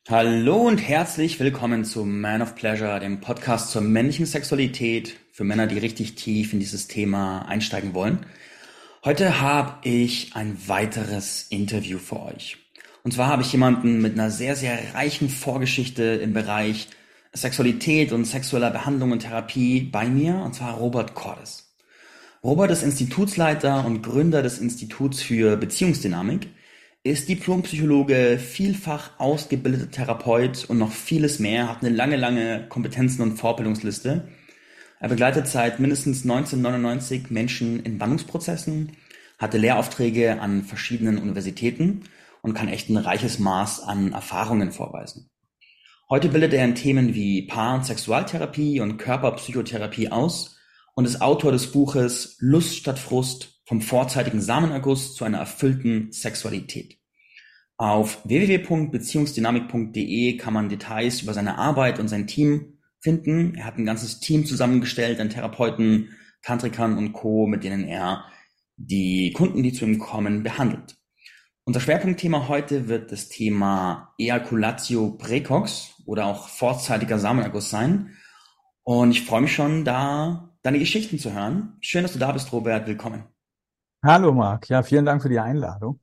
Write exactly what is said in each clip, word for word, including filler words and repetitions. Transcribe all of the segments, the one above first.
Hallo und herzlich willkommen zu Man of Pleasure, dem Podcast zur männlichen Sexualität für Männer, die richtig tief in dieses Thema einsteigen wollen. Heute habe ich ein weiteres Interview für euch. Und zwar habe ich jemanden mit einer sehr, sehr reichen Vorgeschichte im Bereich Sexualität und sexueller Behandlung und Therapie bei mir, und zwar Robert Cordes. Robert ist Institutsleiter und Gründer des Instituts für Beziehungsdynamik, ist Diplompsychologe, vielfach ausgebildeter Therapeut und noch vieles mehr, hat eine lange, lange Kompetenzen- und Fortbildungsliste. Er begleitet seit mindestens neunzehnhundertneunundneunzig Menschen in Wandlungsprozessen, hatte Lehraufträge an verschiedenen Universitäten und kann echt ein reiches Maß an Erfahrungen vorweisen. Heute bildet er in Themen wie Paar- und Sexualtherapie und Körperpsychotherapie aus und ist Autor des Buches Lust statt Frust: vom vorzeitigen Samenerguss zu einer erfüllten Sexualität. Auf w w w punkt beziehungsdynamik punkt d e kann man Details über seine Arbeit und sein Team finden. Er hat ein ganzes Team zusammengestellt an Therapeuten, Tantrikern und Co., mit denen er die Kunden, die zu ihm kommen, behandelt. Unser Schwerpunktthema heute wird das Thema Ejaculatio Praecox oder auch vorzeitiger Samenerguss sein. Und ich freue mich schon, da deine Geschichten zu hören. Schön, dass du da bist, Robert. Willkommen. Hallo Marc, ja, vielen Dank für die Einladung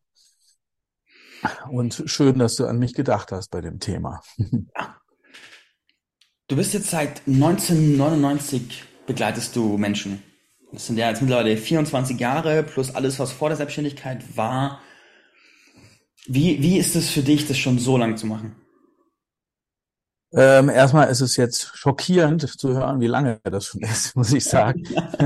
und schön, dass du an mich gedacht hast bei dem Thema. Ja. Du bist jetzt seit neunzehnhundertneunundneunzig begleitest du Menschen. Das sind ja jetzt mittlerweile vierundzwanzig Jahre plus alles, was vor der Selbstständigkeit war. Wie, wie ist es für dich, das schon so lang zu machen? Ähm, erstmal ist es jetzt schockierend zu hören, wie lange das schon ist, muss ich sagen.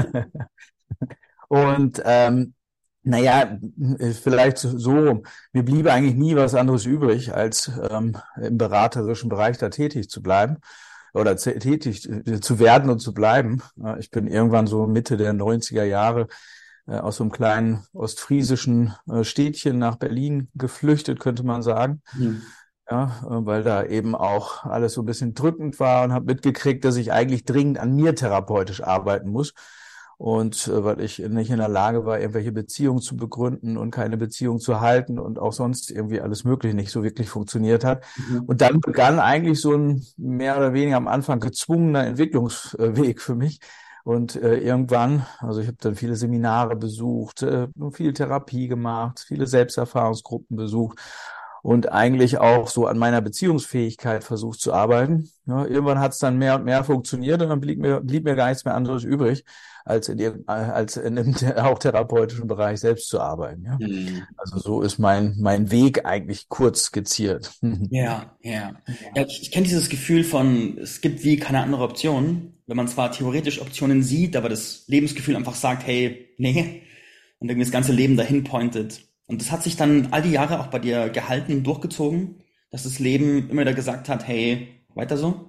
Und ähm, naja, vielleicht so, mir bliebe eigentlich nie was anderes übrig, als ähm, im beraterischen Bereich da tätig zu bleiben oder z- tätig äh, zu werden und zu bleiben. Äh, Ich bin irgendwann so Mitte der neunziger Jahre äh, aus so einem kleinen ostfriesischen äh, Städtchen nach Berlin geflüchtet, könnte man sagen. Hm. Ja, äh, weil da eben auch alles so ein bisschen drückend war und habe mitgekriegt, dass ich eigentlich dringend an mir therapeutisch arbeiten muss. Und äh, weil ich nicht in der Lage war, irgendwelche Beziehungen zu begründen und keine Beziehung zu halten und auch sonst irgendwie alles Mögliche nicht so wirklich funktioniert hat. Mhm. Und dann begann eigentlich so ein mehr oder weniger am Anfang gezwungener Entwicklungsweg für mich. Und äh, irgendwann, also ich habe dann viele Seminare besucht, äh, viel Therapie gemacht, viele Selbsterfahrungsgruppen besucht und eigentlich auch so an meiner Beziehungsfähigkeit versucht zu arbeiten. Ja, irgendwann hat es dann mehr und mehr funktioniert und dann blieb mir, blieb mir gar nichts mehr anderes übrig, als in, irgend- als in dem auch therapeutischen Bereich selbst zu arbeiten. Ja. Hm. Also so ist mein, mein Weg eigentlich kurz skizziert. Ja, ja. Ja, ich, ich kenne dieses Gefühl von, es gibt wie keine andere Option, wenn man zwar theoretisch Optionen sieht, aber das Lebensgefühl einfach sagt, hey, nee, und irgendwie das ganze Leben dahin pointet. Und das hat sich dann all die Jahre auch bei dir gehalten und durchgezogen, dass das Leben immer wieder gesagt hat, hey, weiter so?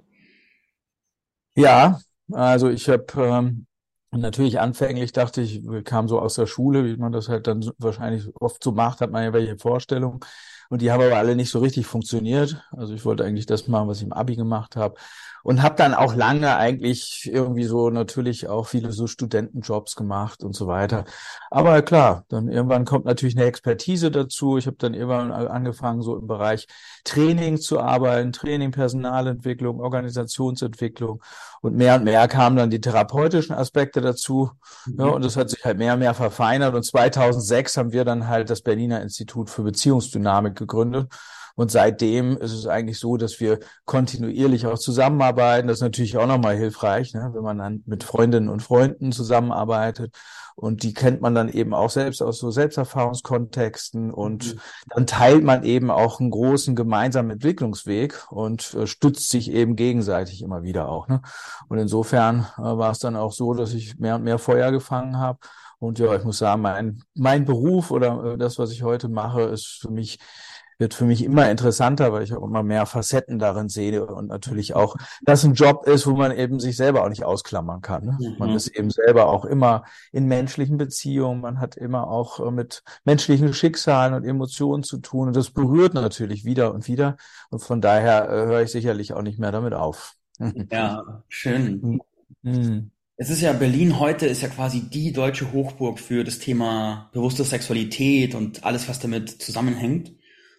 Ja, also ich habe ähm, natürlich anfänglich dachte ich, kam so aus der Schule, wie man das halt dann so- wahrscheinlich oft so macht, hat man ja welche Vorstellungen. Und die haben aber alle nicht so richtig funktioniert. Also ich wollte eigentlich das machen, was ich im Abi gemacht habe. Und habe dann auch lange eigentlich irgendwie so natürlich auch viele so Studentenjobs gemacht und so weiter. Aber klar, dann irgendwann kommt natürlich eine Expertise dazu. Ich habe dann irgendwann angefangen, so im Bereich Training zu arbeiten, Training, Personalentwicklung, Organisationsentwicklung. Und mehr und mehr kamen dann die therapeutischen Aspekte dazu. Ja, Mhm. und das hat sich halt mehr und mehr verfeinert. Und zweitausendsechs haben wir dann halt das Berliner Institut für Beziehungsdynamik gegründet. Und seitdem ist es eigentlich so, dass wir kontinuierlich auch zusammenarbeiten. Das ist natürlich auch nochmal hilfreich, ne, wenn man dann mit Freundinnen und Freunden zusammenarbeitet. Und die kennt man dann eben auch selbst aus so Selbsterfahrungskontexten. Und Mhm. dann teilt man eben auch einen großen gemeinsamen Entwicklungsweg und äh, stützt sich eben gegenseitig immer wieder auch. Ne? Und insofern äh, war es dann auch so, dass ich mehr und mehr Feuer gefangen habe. Und ja, ich muss sagen, mein, mein Beruf oder äh, das, was ich heute mache, ist für mich, wird für mich immer interessanter, weil ich auch immer mehr Facetten darin sehe und natürlich auch, dass ein Job ist, wo man eben sich selber auch nicht ausklammern kann. Ne? Man Mhm. ist eben selber auch immer in menschlichen Beziehungen, man hat immer auch äh, mit menschlichen Schicksalen und Emotionen zu tun und das berührt natürlich wieder und wieder und von daher äh, höre ich sicherlich auch nicht mehr damit auf. Ja, schön. Mhm. Es ist ja, Berlin heute ist ja quasi die deutsche Hochburg für das Thema bewusste Sexualität und alles, was damit zusammenhängt.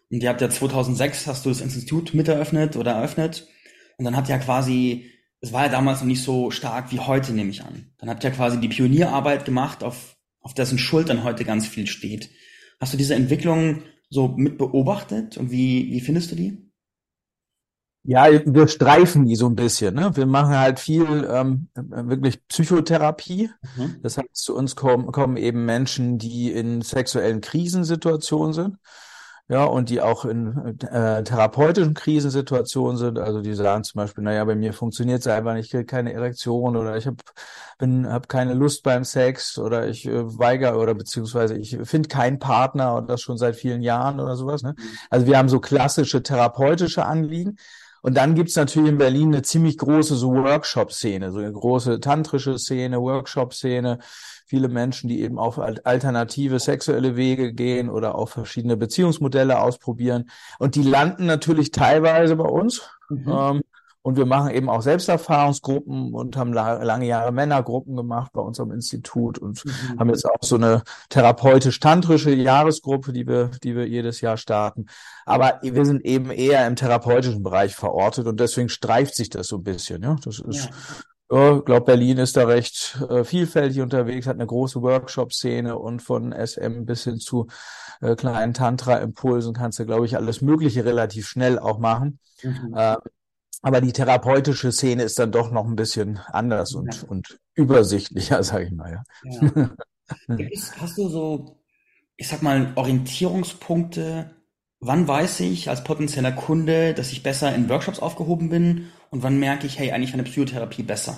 Und ihr habt ja zweitausendsechs hast du das Institut mit eröffnet oder eröffnet. Und dann habt ihr ja quasi, es war ja damals noch nicht so stark wie heute, nehme ich an. Dann habt ihr ja quasi die Pionierarbeit gemacht, auf, auf dessen Schultern heute ganz viel steht. Hast du diese Entwicklung so mit beobachtet und wie, wie findest du die? Ja, wir streifen die so ein bisschen, ne? Wir machen halt viel ähm, wirklich Psychotherapie. Mhm. Das heißt, zu uns kommen, kommen eben Menschen, die in sexuellen Krisensituationen sind. Ja, und die auch in äh, therapeutischen Krisensituationen sind. Also die sagen zum Beispiel, naja, bei mir funktioniert es einfach nicht, ich kriege keine Erektion oder ich habe bin habe keine Lust beim Sex oder ich äh, weigere oder beziehungsweise ich finde keinen Partner und das schon seit vielen Jahren oder sowas. Ne? Also wir haben so klassische therapeutische Anliegen. Und dann gibt's natürlich in Berlin eine ziemlich große so Workshop-Szene, so eine große tantrische Szene, Workshop-Szene. Viele Menschen, die eben auf alternative sexuelle Wege gehen oder auch verschiedene Beziehungsmodelle ausprobieren. Und die landen natürlich teilweise bei uns. Mhm. Ähm, und wir machen eben auch Selbsterfahrungsgruppen und haben la lange Jahre Männergruppen gemacht bei unserem Institut und haben Mhm. jetzt auch so eine therapeutisch-tantrische Jahresgruppe, die wir, die wir jedes Jahr starten. Aber wir sind eben eher im therapeutischen Bereich verortet und deswegen streift sich das so ein bisschen. Ja, das ist, Ja. ja, ich glaube, Berlin ist da recht äh, vielfältig unterwegs, hat eine große Workshop-Szene und von S M bis hin zu äh, kleinen Tantra-Impulsen kannst du, glaube ich, alles Mögliche relativ schnell auch machen. Mhm. Äh, aber die therapeutische Szene ist dann doch noch ein bisschen anders und, Ja. und übersichtlicher, sage ich mal. Ja. Ja. Gibt es, hast du so, ich sag mal, Orientierungspunkte? Wann weiß ich als potenzieller Kunde, dass ich besser in Workshops aufgehoben bin? Und wann merke ich, hey, eigentlich wäre eine Psychotherapie besser?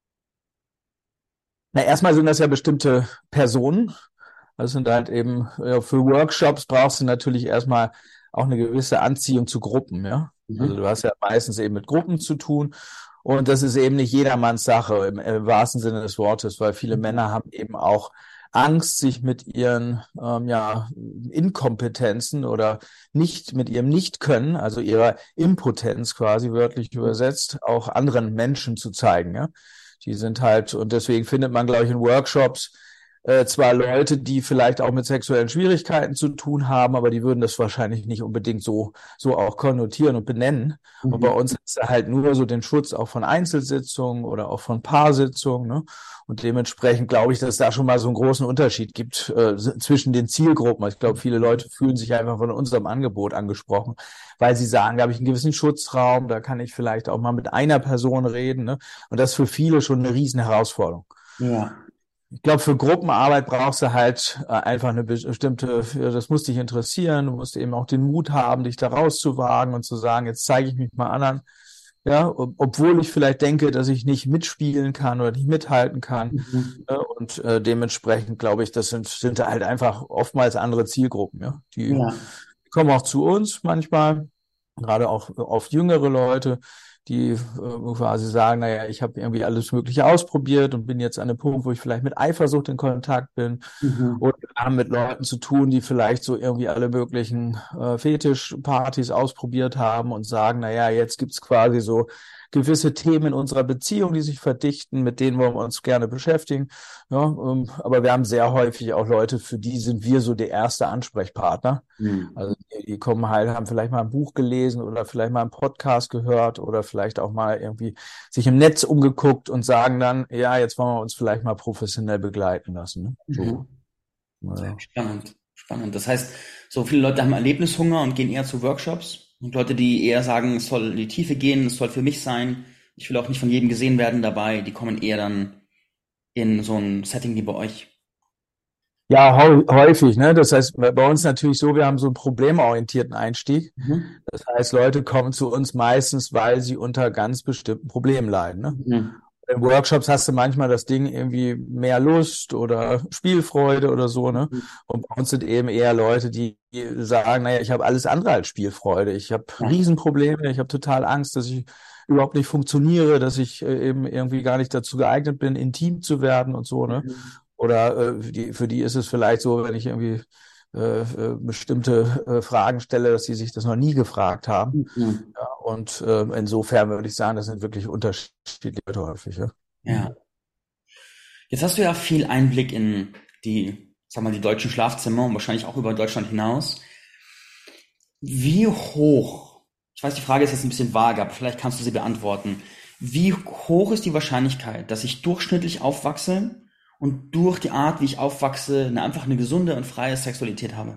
Na, erstmal sind das ja bestimmte Personen. Das sind halt eben, ja, für Workshops brauchst du natürlich erstmal auch eine gewisse Anziehung zu Gruppen, ja. Also Mhm. du hast ja meistens eben mit Gruppen zu tun und das ist eben nicht jedermanns Sache im, im wahrsten Sinne des Wortes, weil viele Mhm. Männer haben eben auch Angst, sich mit ihren ähm, ja, Inkompetenzen oder nicht mit ihrem Nichtkönnen, also ihrer Impotenz quasi wörtlich übersetzt, auch anderen Menschen zu zeigen, ja. Die sind halt, und deswegen findet man, glaube ich, in Workshops äh, zwar Leute, die vielleicht auch mit sexuellen Schwierigkeiten zu tun haben, aber die würden das wahrscheinlich nicht unbedingt so, so auch konnotieren und benennen. Und bei Mhm. uns ist er halt nur so den Schutz auch von Einzelsitzungen oder auch von Paarsitzungen. Ne? Und dementsprechend glaube ich, dass es da schon mal so einen großen Unterschied gibt äh, zwischen den Zielgruppen. Ich glaube, viele Leute fühlen sich einfach von unserem Angebot angesprochen, weil sie sagen, da habe ich einen gewissen Schutzraum, da kann ich vielleicht auch mal mit einer Person reden. Ne? Und das ist für viele schon eine riesen Herausforderung. Ja. Ich glaube, für Gruppenarbeit brauchst du halt äh, einfach eine bestimmte, das muss dich interessieren, du musst eben auch den Mut haben, dich da rauszuwagen und zu sagen, jetzt zeige ich mich mal anderen. Ja, ob, obwohl ich vielleicht denke, dass ich nicht mitspielen kann oder nicht mithalten kann. Mhm. Ja, und äh, dementsprechend glaube ich, das sind, sind halt einfach oftmals andere Zielgruppen, ja. Die Ja. kommen auch zu uns manchmal, gerade auch oft jüngere Leute, die äh, quasi sagen, naja, ich habe irgendwie alles Mögliche ausprobiert und bin jetzt an einem Punkt, wo ich vielleicht mit Eifersucht in Kontakt bin. Mhm. Oder wir haben mit Leuten zu tun, die vielleicht so irgendwie alle möglichen äh, Fetischpartys ausprobiert haben und sagen, naja, jetzt gibt's quasi so gewisse Themen in unserer Beziehung, die sich verdichten, mit denen wollen wir uns gerne beschäftigen. Ja, ähm, aber wir haben sehr häufig auch Leute, für die sind wir so der erste Ansprechpartner. Mhm. Also die, die kommen halt, haben vielleicht mal ein Buch gelesen oder vielleicht mal einen Podcast gehört oder vielleicht auch mal irgendwie sich im Netz umgeguckt und sagen dann, ja, jetzt wollen wir uns vielleicht mal professionell begleiten lassen. Ne? So, Mhm. Sehr naja. spannend. Spannend. Das heißt, so viele Leute haben Erlebnishunger und gehen eher zu Workshops. Und Leute, die eher sagen, es soll in die Tiefe gehen, es soll für mich sein. Ich will auch nicht von jedem gesehen werden dabei. Die kommen eher dann in so ein Setting wie bei euch. Ja, häu- häufig, ne? Das heißt, bei bei uns natürlich so, wir haben so einen problemorientierten Einstieg. Mhm. Das heißt, Leute kommen zu uns meistens, weil sie unter ganz bestimmten Problemen leiden, ne? Mhm. In Workshops hast du manchmal das Ding irgendwie mehr Lust oder Spielfreude oder so, ne? Mhm. Und bei uns sind eben eher Leute, die sagen, naja, ich habe alles andere als Spielfreude. Ich habe Ja. Riesenprobleme, ich habe total Angst, dass ich überhaupt nicht funktioniere, dass ich äh, eben irgendwie gar nicht dazu geeignet bin, intim zu werden und so, ne? Mhm. Oder äh, für die, für die ist es vielleicht so, wenn ich irgendwie äh, äh, bestimmte äh, Fragen stelle, dass sie sich das noch nie gefragt haben. Mhm. Ja, und äh, insofern würde ich sagen, das sind wirklich unterschiedliche Leute häufig. Ja. Ja. Jetzt hast du ja viel Einblick in die, sag mal, die deutschen Schlafzimmer und wahrscheinlich auch über Deutschland hinaus. Wie hoch, ich weiß, die Frage ist jetzt ein bisschen vage, aber vielleicht kannst du sie beantworten. Wie hoch ist die Wahrscheinlichkeit, dass ich durchschnittlich aufwachse und durch die Art, wie ich aufwachse, eine, einfach eine gesunde und freie Sexualität habe?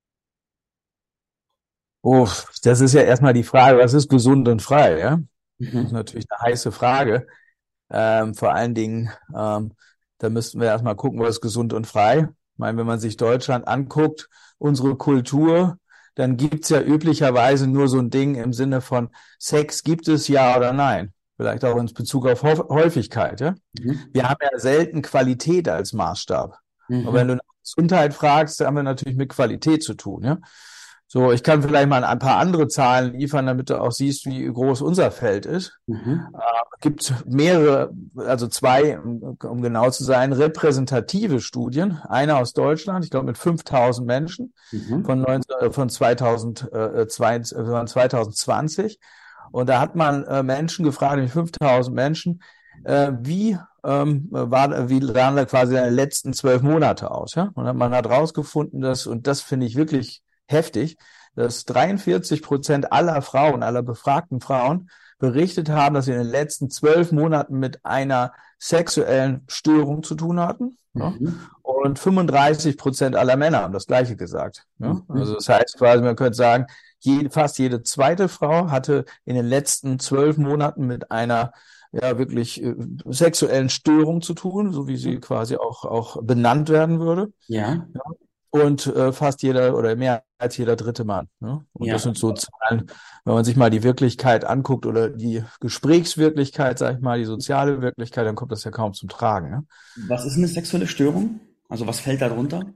Oh, das ist ja erstmal die Frage, was ist gesund und frei, ja? Das ist Mhm. natürlich eine heiße Frage. Ähm, vor allen Dingen, ähm, da müssten wir erstmal gucken, was ist gesund und frei. Ich meine, wenn man sich Deutschland anguckt, unsere Kultur, dann gibt's ja üblicherweise nur so ein Ding im Sinne von Sex gibt es ja oder nein. Vielleicht auch in Bezug auf Häuf- Häufigkeit, ja? Mhm. Wir haben ja selten Qualität als Maßstab. Und wenn Mhm. du nach Gesundheit fragst, dann haben wir natürlich mit Qualität zu tun, ja? So, ich kann vielleicht mal ein paar andere Zahlen liefern, damit du auch siehst, wie groß unser Feld ist. Mhm. Gibt mehrere, also zwei, um, um genau zu sein, repräsentative Studien. Eine aus Deutschland, ich glaube mit fünftausend Menschen Mhm. von, neunzehn, äh, von zweitausendzwei, äh, zwanzig zwanzig. Und da hat man äh, Menschen gefragt, nämlich fünftausend Menschen, äh, wie ähm, war, wie sahen da quasi deine letzten zwölf Monate aus, ja? Und man hat rausgefunden, dass, und das finde ich wirklich heftig, dass dreiundvierzig Prozent aller Frauen, aller befragten Frauen berichtet haben, dass sie in den letzten zwölf Monaten mit einer sexuellen Störung zu tun hatten. Ja? Mhm. Und fünfunddreißig Prozent aller Männer haben das Gleiche gesagt. Ja? Also Mhm. das heißt quasi, man könnte sagen, jede, fast jede zweite Frau hatte in den letzten zwölf Monaten mit einer ja wirklich äh, sexuellen Störung zu tun, so wie sie quasi auch, auch benannt werden würde. Ja, Ja. Und äh, fast jeder oder mehr als jeder dritte Mann. Ne? Und das ja. sind so Zahlen, wenn man sich mal die Wirklichkeit anguckt oder die Gesprächswirklichkeit, sag ich mal, die soziale Wirklichkeit, dann kommt das ja kaum zum Tragen. Ne? Was ist eine sexuelle Störung? Also was fällt da drunter?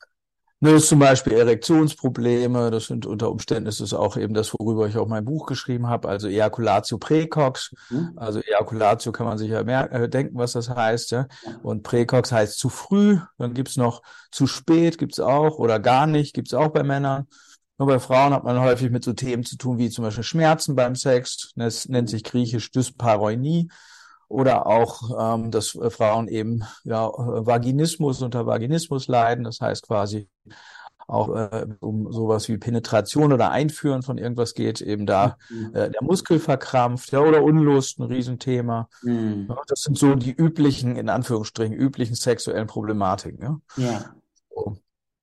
Ne, das ist zum Beispiel Erektionsprobleme, das sind unter Umständen, ist es auch eben das, worüber ich auch mein Buch geschrieben habe, also Ejaculatio precox. Mhm. Also Ejaculatio kann man sich ja mer äh, denken, was das heißt. Ja? Ja. Und precox heißt zu früh, dann gibt's noch zu spät, gibt's auch, oder gar nicht, gibt's auch bei Männern. Nur bei Frauen hat man häufig mit so Themen zu tun, wie zum Beispiel Schmerzen beim Sex, das nennt sich griechisch Dyspareunie. Oder auch, ähm, dass äh, Frauen eben ja äh, Vaginismus unter Vaginismus leiden. Das heißt quasi auch äh, um sowas wie Penetration oder Einführen von irgendwas geht, eben da Mhm. äh, der Muskel verkrampft, ja, oder Unlust, ein Riesenthema. Ja, Mhm. das sind so die üblichen, in Anführungsstrichen, üblichen sexuellen Problematiken. Ja. Ja, So.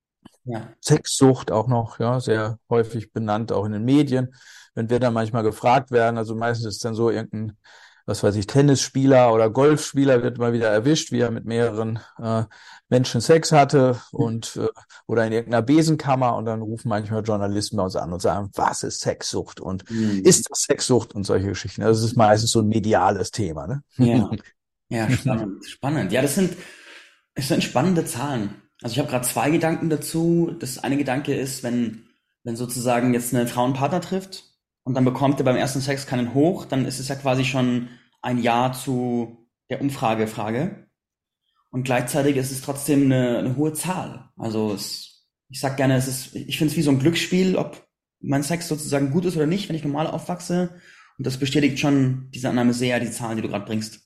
ja. Sexsucht auch noch, ja, sehr häufig benannt, auch in den Medien. Wenn wir dann manchmal gefragt werden, also meistens ist dann so irgendein, was weiß ich, Tennisspieler oder Golfspieler wird mal wieder erwischt, wie er mit mehreren äh, Menschen Sex hatte und äh, oder in irgendeiner Besenkammer und dann rufen manchmal Journalisten bei uns an und sagen, was ist Sexsucht und Mhm. ist das Sexsucht und solche Geschichten. Also es ist meistens so ein mediales Thema, ne? Ja, ja, spannend, spannend. Ja, das sind, es sind spannende Zahlen. Also ich habe gerade zwei Gedanken dazu. Das eine Gedanke ist, wenn, wenn sozusagen jetzt eine Frau einen Partner trifft und dann bekommt er beim ersten Sex keinen hoch, dann ist es ja quasi schon ein Ja zu der Umfragefrage. Und gleichzeitig ist es trotzdem eine, eine hohe Zahl. Also es, ich sag gerne, es ist, ich finde es wie so ein Glücksspiel, ob mein Sex sozusagen gut ist oder nicht, wenn ich normal aufwachse. Und das bestätigt schon diese Annahme sehr, die Zahlen, die du gerade bringst.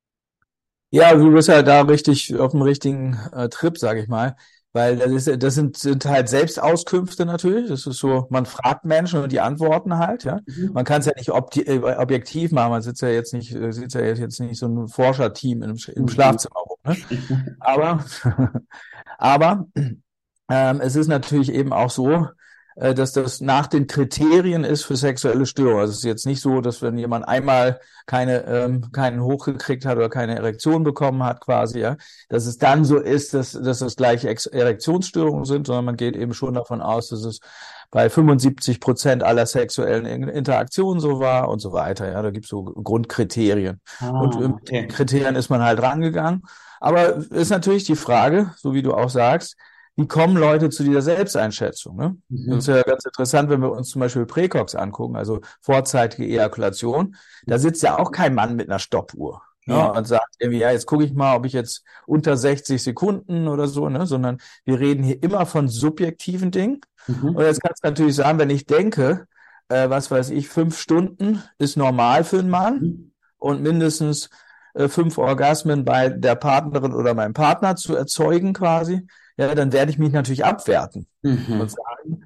Ja, du bist ja da richtig auf dem richtigen äh, Trip, sage ich mal. Weil das ist, das sind, sind halt Selbstauskünfte natürlich. Das ist so, man fragt Menschen und die antworten halt, ja. Man Mhm. kann es ja nicht obti- äh, objektiv machen. Man sitzt ja jetzt nicht, äh, sitzt ja jetzt nicht so ein Forscherteam im, im Mhm. Schlafzimmer rum, ne? Aber, aber ähm, es ist natürlich eben auch so, äh, dass das nach den Kriterien ist für sexuelle Störung. Also es ist jetzt nicht so, dass wenn jemand einmal keine, ähm, keinen hochgekriegt hat oder keine Erektion bekommen hat quasi, ja, dass es dann so ist, dass, dass das gleich Ex Erektionsstörungen sind, sondern man geht eben schon davon aus, dass es bei fünfundsiebzig Prozent aller sexuellen Interaktionen so war und so weiter. Ja, da gibt es so Grundkriterien. Und äh, Ah, mit den okay. Kriterien ist man halt rangegangen. Aber ist natürlich die Frage, so wie du auch sagst, wie kommen Leute zu dieser Selbsteinschätzung? Ne? Das ist Mhm. ja ganz interessant, wenn wir uns zum Beispiel Präcox angucken, also vorzeitige Ejakulation. Da sitzt ja auch kein Mann mit einer Stoppuhr. Ja, Ja. und sagt irgendwie, ja, jetzt gucke ich mal, ob ich jetzt unter sechzig Sekunden oder so, ne, sondern wir reden hier immer von subjektiven Dingen. Und Mhm. jetzt kannst du natürlich sagen, wenn ich denke, äh, was weiß ich, fünf Stunden ist normal für einen Mann Mhm. und mindestens äh, fünf Orgasmen bei der Partnerin oder meinem Partner zu erzeugen quasi, ja, dann werde ich mich natürlich abwerten und Mhm. sagen,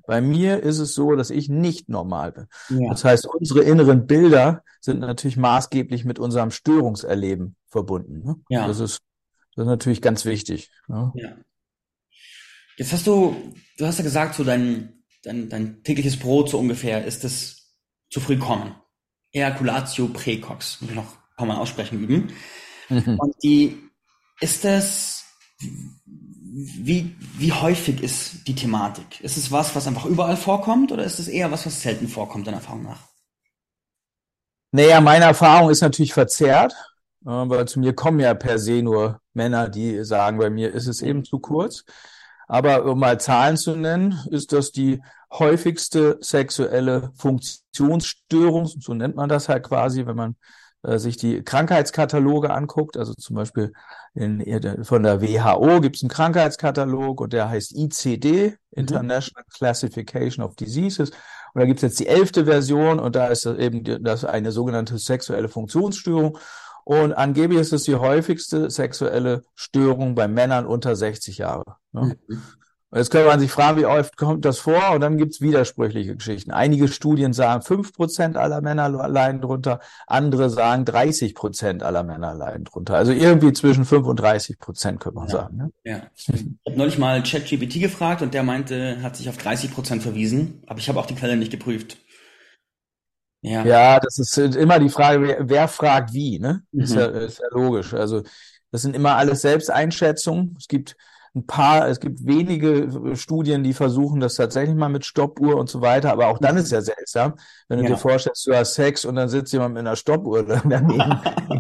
Bei mir ist es so, dass ich nicht normal bin. Ja, Das heißt, unsere inneren Bilder sind natürlich maßgeblich mit unserem Störungserleben verbunden. Ne? Das ja, ist, das ist natürlich ganz wichtig. Ne? ja. Jetzt hast du, du hast ja gesagt, so dein, dein, dein tägliches Brot so ungefähr ist es zu früh kommen. Ejaculatio precox, muss ich noch ein paar Mal aussprechen üben. Mhm. Und die, ist das, wie, wie häufig ist die Thematik? Ist es was, was einfach überall vorkommt oder ist es eher was, was selten vorkommt, deiner Erfahrung nach? Naja, meine Erfahrung ist natürlich verzerrt, äh, weil zu mir kommen ja per se nur Männer, die sagen, bei mir ist es eben zu kurz. Aber um mal Zahlen zu nennen, ist das die häufigste sexuelle Funktionsstörung, so nennt man das halt quasi, wenn man äh, sich die Krankheitskataloge anguckt. Also zum Beispiel in, von der W H O gibt es einen Krankheitskatalog und der heißt I C D, Mhm. International Classification of Diseases. Und da gibt es jetzt die elfte Version und da ist das eben die- das eine sogenannte sexuelle Funktionsstörung. Und angeblich ist es die häufigste sexuelle Störung bei Männern unter sechzig Jahre. Ne? Mhm. Und jetzt kann man sich fragen, wie oft kommt das vor? Und dann gibt's widersprüchliche Geschichten. Einige Studien sagen, fünf Prozent aller Männer leiden drunter, andere sagen, dreißig Prozent aller Männer leiden drunter. Also irgendwie zwischen fünf und dreißig Prozent, könnte man Ja, sagen. Ne? ja. Ich habe neulich mal ChatGPT gefragt und der meinte, hat sich auf dreißig Prozent verwiesen, aber ich habe auch die Quelle nicht geprüft. Ja. Ja, das ist immer die Frage, wer, wer fragt wie, ne? Ist ja, Mhm. ist ja logisch. Also das sind immer alles Selbsteinschätzungen. Es gibt ein paar, es gibt wenige Studien, die versuchen das tatsächlich mal mit Stoppuhr und so weiter. Aber auch dann ist ja seltsam, wenn du dir Ja. vorstellst, du hast Sex und dann sitzt jemand mit einer Stoppuhr daneben.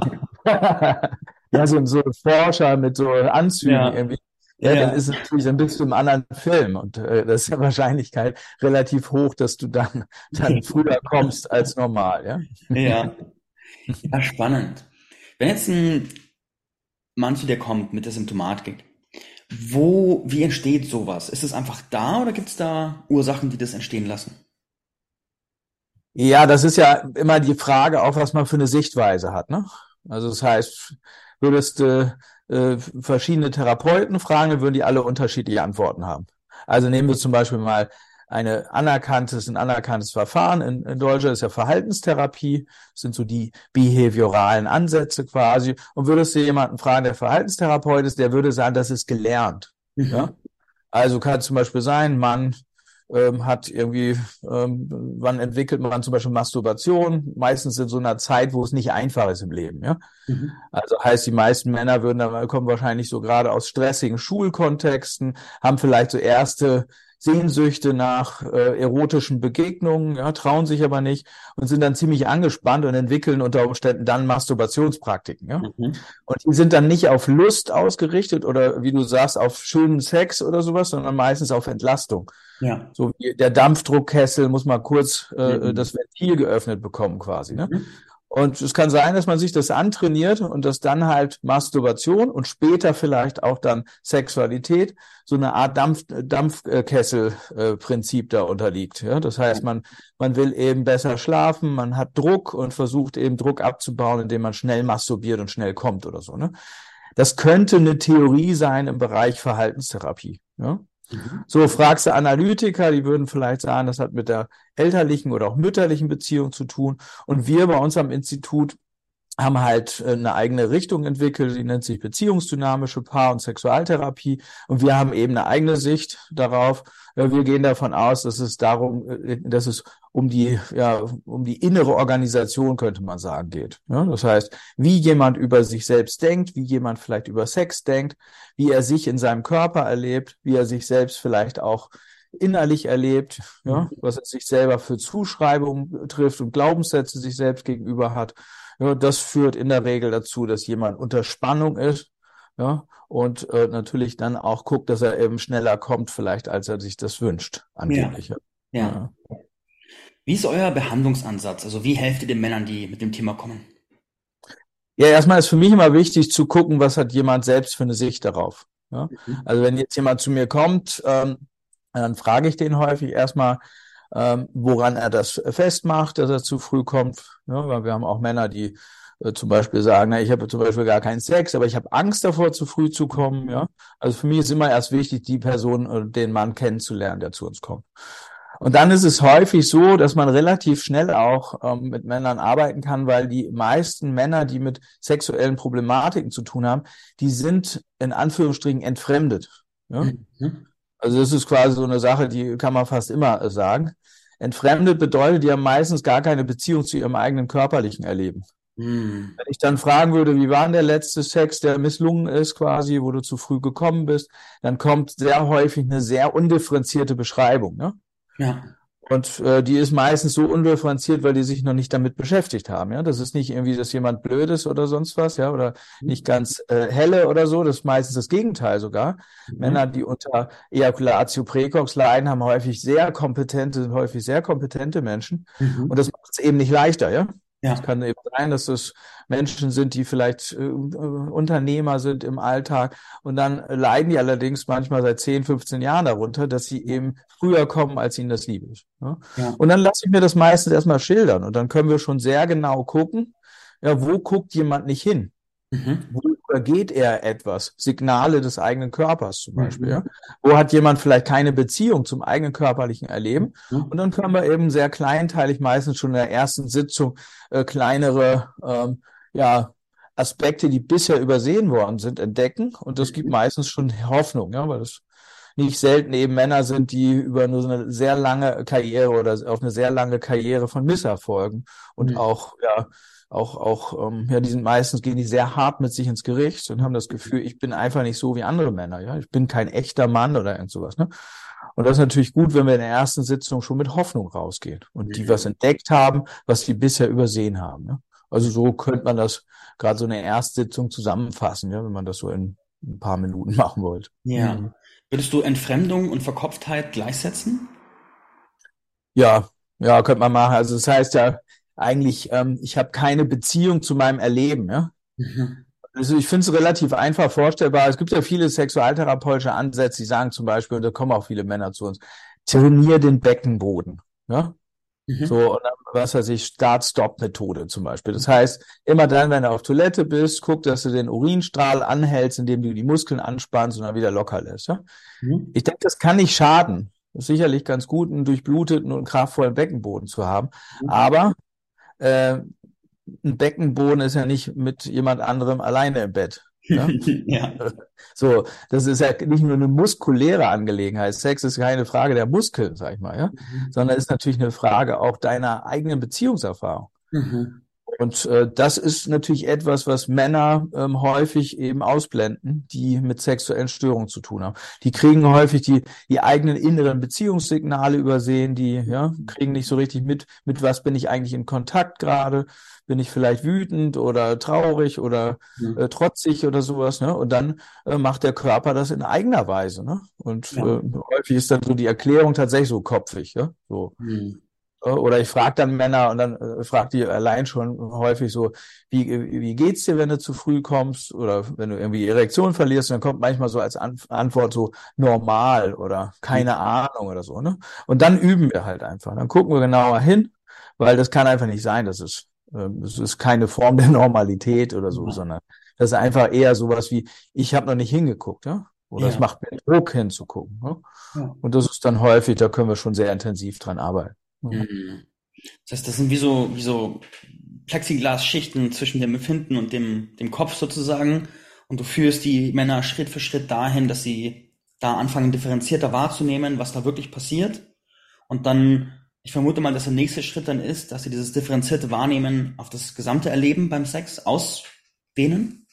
Ja, so, so ein Forscher mit so Anzügen Ja, irgendwie. Ja, dann ja, ist es natürlich, dann bist du im anderen Film und äh, das ist ja Wahrscheinlichkeit relativ hoch, dass du dann dann früher kommst als normal, ja. ja. Ja, spannend. Wenn jetzt ein Mann zu dir kommt mit der Symptomatik, wo, wie entsteht sowas? Ist es einfach da oder gibt es da Ursachen, die das entstehen lassen? Ja, das ist ja immer die Frage, auch was man für eine Sichtweise hat, ne? Also das heißt, würdest du äh, verschiedene Therapeuten fragen, dann würden die alle unterschiedliche Antworten haben. Also nehmen wir zum Beispiel mal eine anerkanntes, ein anerkanntes Verfahren in, in Deutschland ist ja Verhaltenstherapie, das sind so die behavioralen Ansätze quasi. Und würdest du jemanden fragen, der Verhaltenstherapeut ist, der würde sagen, das ist gelernt. Ja? Mhm. Also kann zum Beispiel sein, man ähm, hat irgendwie, ähm, wann entwickelt man zum Beispiel Masturbation? Meistens in so einer Zeit, wo es nicht einfach ist im Leben, ja. Mhm. Also heißt, die meisten Männer würden dann kommen wahrscheinlich so gerade aus stressigen Schulkontexten, haben vielleicht so erste Sehnsüchte nach äh, erotischen Begegnungen, ja, trauen sich aber nicht und sind dann ziemlich angespannt und entwickeln unter Umständen dann Masturbationspraktiken, ja. Mhm. Und die sind dann nicht auf Lust ausgerichtet oder wie du sagst, auf schönen Sex oder sowas, sondern meistens auf Entlastung. Ja. So wie der Dampfdruckkessel muss mal kurz äh, Mhm. das Ventil geöffnet bekommen quasi, ne? Mhm. Und es kann sein, dass man sich das antrainiert und dass dann halt Masturbation und später vielleicht auch dann Sexualität so eine Art Dampf, Dampfkessel-Prinzip da unterliegt. Ja, das Ja. heißt, man, man will eben besser schlafen, man hat Druck und versucht eben Druck abzubauen, indem man schnell masturbiert und schnell kommt oder so, ne? Das könnte eine Theorie sein im Bereich Verhaltenstherapie. Ja? Mhm. So fragst du Analytiker, die würden vielleicht sagen, das hat mit der elterlichen oder auch mütterlichen Beziehung zu tun. Und wir bei uns am Institut haben halt äh, eine eigene Richtung entwickelt, die nennt sich beziehungsdynamische Paar- und Sexualtherapie. Und wir haben eben eine eigene Sicht darauf. Äh, Wir gehen davon aus, dass es darum, äh, dass es um die, ja, um die innere Organisation, könnte man sagen, geht. Ja, das heißt, wie jemand über sich selbst denkt, wie jemand vielleicht über Sex denkt, wie er sich in seinem Körper erlebt, wie er sich selbst vielleicht auch innerlich erlebt, ja, Mhm. was er sich selber für Zuschreibungen trifft und Glaubenssätze sich selbst gegenüber hat. Ja, das führt in der Regel dazu, dass jemand unter Spannung ist, ja, und äh, natürlich dann auch guckt, dass er eben schneller kommt, vielleicht als er sich das wünscht, Ja. angeblich. Ja. Ja. Ja. Wie ist euer Behandlungsansatz? Also wie helft ihr den Männern, die mit dem Thema kommen? Ja, erstmal ist für mich immer wichtig zu gucken, was hat jemand selbst für eine Sicht darauf. Ja? Mhm. Also wenn jetzt jemand zu mir kommt, ähm, dann frage ich den häufig erstmal, ähm, woran er das festmacht, dass er zu früh kommt. Ja, weil wir haben auch Männer, die äh, zum Beispiel sagen, na, ich habe zum Beispiel gar keinen Sex, aber ich habe Angst davor, zu früh zu kommen. Ja, also für mich ist immer erst wichtig, die Person, äh, den Mann kennenzulernen, der zu uns kommt. Und dann ist es häufig so, dass man relativ schnell auch ähm, mit Männern arbeiten kann, weil die meisten Männer, die mit sexuellen Problematiken zu tun haben, die sind in Anführungsstrichen entfremdet. Ja? Mhm. Also das ist quasi so eine Sache, die kann man fast immer äh, sagen. Entfremdet bedeutet, die haben meistens gar keine Beziehung zu ihrem eigenen körperlichen Erleben. Mhm. Wenn ich dann fragen würde, wie war denn der letzte Sex, der misslungen ist quasi, wo du zu früh gekommen bist, dann kommt sehr häufig eine sehr undifferenzierte Beschreibung, ne? Ja. Und äh, die ist meistens so undifferenziert, weil die sich noch nicht damit beschäftigt haben. Ja, das ist nicht irgendwie, dass jemand blöd ist oder sonst was, ja, oder nicht ganz äh, helle oder so. Das ist meistens das Gegenteil sogar. Mhm. Männer, die unter Ejaculatio precox leiden, haben häufig sehr kompetente, sind häufig sehr kompetente Menschen. Und Mhm. das macht es eben nicht leichter, ja. Es Ja. kann eben sein, dass es Menschen sind, die vielleicht äh, Unternehmer sind im Alltag und dann leiden die allerdings manchmal seit zehn, fünfzehn Jahren darunter, dass sie eben früher kommen, als ihnen das lieb ist. Ja? Ja. Und dann lasse ich mir das meistens erstmal schildern und dann können wir schon sehr genau gucken, ja, wo guckt jemand nicht hin? Mhm. Wo übergeht er etwas? Signale des eigenen Körpers zum Beispiel. Ja? Mhm. Wo hat jemand vielleicht keine Beziehung zum eigenen körperlichen Erleben? Und Mhm. dann können wir eben sehr kleinteilig, meistens schon in der ersten Sitzung, äh, kleinere ähm, ja, Aspekte, die bisher übersehen worden sind, entdecken. Und das gibt Mhm. meistens schon Hoffnung, ja, weil das nicht selten eben Männer sind, die über nur so eine sehr lange Karriere oder auf eine sehr lange Karriere von Misserfolgen und Mhm. auch, ja, auch, auch, ähm, ja, die sind meistens, gehen die sehr hart mit sich ins Gericht und haben das Gefühl, ich bin einfach nicht so wie andere Männer, ja, ich bin kein echter Mann oder irgend sowas, ne? Und das ist natürlich gut, wenn wir in der ersten Sitzung schon mit Hoffnung rausgehen und die was Mhm. entdeckt haben, was sie bisher übersehen haben, ne? Also so könnte man das gerade so eine Erstsitzung zusammenfassen, ja, wenn man das so in ein paar Minuten machen wollte. Ja. Mhm. Würdest du Entfremdung und Verkopftheit gleichsetzen? Ja, ja, könnte man machen. Also das heißt ja eigentlich, ähm, ich habe keine Beziehung zu meinem Erleben, ja. Mhm. Also ich finde es relativ einfach vorstellbar. Es gibt ja viele sexualtherapeutische Ansätze, die sagen zum Beispiel, und da kommen auch viele Männer zu uns, trainier den Beckenboden. Ja? Mhm. So, und dann, was weiß ich, Start-Stop-Methode zum Beispiel. Das heißt, immer dann, wenn du auf Toilette bist, guck, dass du den Urinstrahl anhältst, indem du die Muskeln anspannst und dann wieder locker lässt. Ja? Mhm. Ich denke, das kann nicht schaden. Das ist sicherlich ganz gut, einen durchbluteten und kraftvollen Beckenboden zu haben. Mhm. Aber äh, ein Beckenboden ist ja nicht mit jemand anderem alleine im Bett. Ja? Ja. So, das ist ja nicht nur eine muskuläre Angelegenheit. Sex ist keine Frage der Muskeln, sag ich mal, ja, Mhm. sondern ist natürlich eine Frage auch deiner eigenen Beziehungserfahrung. Mhm. Und äh, das ist natürlich etwas, was Männer ähm, häufig eben ausblenden, die mit sexuellen Störungen zu tun haben. Die kriegen häufig die, die eigenen inneren Beziehungssignale übersehen, die ja, kriegen nicht so richtig mit, mit was bin ich eigentlich in Kontakt gerade, bin ich vielleicht wütend oder traurig oder Mhm. äh, trotzig oder sowas, ne? Und dann äh, macht der Körper das in eigener Weise, ne? Und Ja. äh, häufig ist dann so die Erklärung tatsächlich so kopfig, ja? So. Mhm. Oder ich frage dann Männer und dann äh, fragt die allein schon häufig so, wie, wie geht's dir, wenn du zu früh kommst oder wenn du irgendwie Erektion verlierst, und dann kommt manchmal so als An Antwort so normal oder keine Ahnung oder so, ne? Und dann üben wir halt einfach. Dann gucken wir genauer hin, weil das kann einfach nicht sein, das ist, äh, das ist keine Form der Normalität oder so, Ja. sondern das ist einfach eher sowas wie, ich habe noch nicht hingeguckt, ja? Oder es Ja. macht mir Druck hinzugucken, ne? Ja. Und das ist dann häufig, da können wir schon sehr intensiv dran arbeiten. Ja. Mhm. Das heißt, das sind wie so, wie so Plexiglasschichten zwischen dem Empfinden und dem, dem Kopf sozusagen. Und du führst die Männer Schritt für Schritt dahin, dass sie da anfangen, differenzierter wahrzunehmen, was da wirklich passiert. Und dann, ich vermute mal, dass der nächste Schritt dann ist, dass sie dieses differenzierte Wahrnehmen auf das gesamte Erleben beim Sex ausdehnen.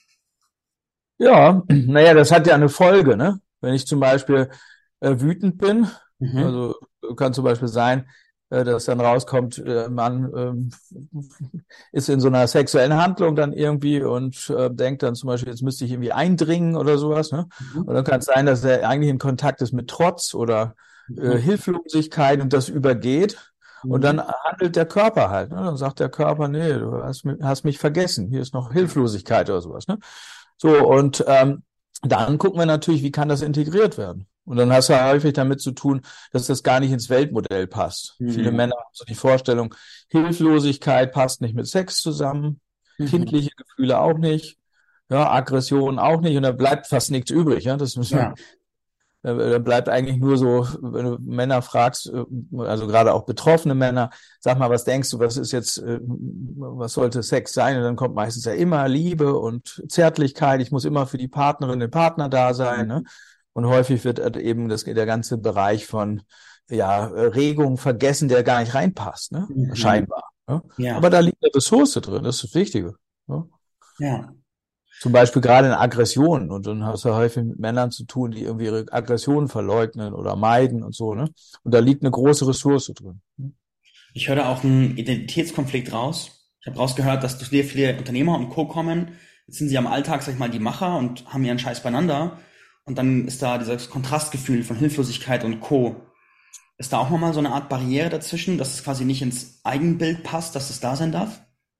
Ja, naja, das hat ja eine Folge, ne? Wenn ich zum Beispiel äh, wütend bin, Mhm. also kann zum Beispiel sein, äh, dass dann rauskommt, äh, man ähm, ist in so einer sexuellen Handlung dann irgendwie und äh, denkt dann zum Beispiel, jetzt müsste ich irgendwie eindringen oder sowas, ne? Und Mhm. dann kann es sein, dass er eigentlich in Kontakt ist mit Trotz oder äh, Mhm. Hilflosigkeit und das übergeht. Und dann Mhm. handelt der Körper halt, ne? Dann sagt der Körper, nee, du hast, mi- hast mich vergessen, hier ist noch Hilflosigkeit oder sowas, ne? So, und ähm, dann gucken wir natürlich, wie kann das integriert werden? Und dann hast du häufig damit zu tun, dass das gar nicht ins Weltmodell passt. Viele Mhm. Männer haben so die Vorstellung, Hilflosigkeit passt nicht mit Sex zusammen, Mhm. kindliche Gefühle auch nicht, ja, Aggression auch nicht, und da bleibt fast nichts übrig. Ja, das müssen wir, Ja. äh, dann bleibt eigentlich nur so, wenn du Männer fragst, äh, also gerade auch betroffene Männer, sag mal, was denkst du, was ist jetzt, äh, was sollte Sex sein? Und dann kommt meistens ja immer Liebe und Zärtlichkeit. Ich muss immer für die Partnerin, den Partner da sein, ne? Und häufig wird halt eben das, der ganze Bereich von ja, Regung vergessen, der gar nicht reinpasst, ne? Mhm. Scheinbar. Ne? Ja. Aber da liegt eine Ressource drin, das ist das Wichtige. Ne? Ja. Zum Beispiel gerade in Aggressionen. Und dann hast du häufig mit Männern zu tun, die irgendwie ihre Aggressionen verleugnen oder meiden und so, ne? Und da liegt eine große Ressource drin. Ich höre da auch einen Identitätskonflikt raus. Ich habe rausgehört, dass sehr viele Unternehmer und Co. kommen. Jetzt sind sie am Alltag, sag ich mal, die Macher und haben ihren Scheiß beieinander. Und dann ist da dieses Kontrastgefühl von Hilflosigkeit und Co. Ist da auch nochmal so eine Art Barriere dazwischen, dass es quasi nicht ins Eigenbild passt, dass es da sein darf?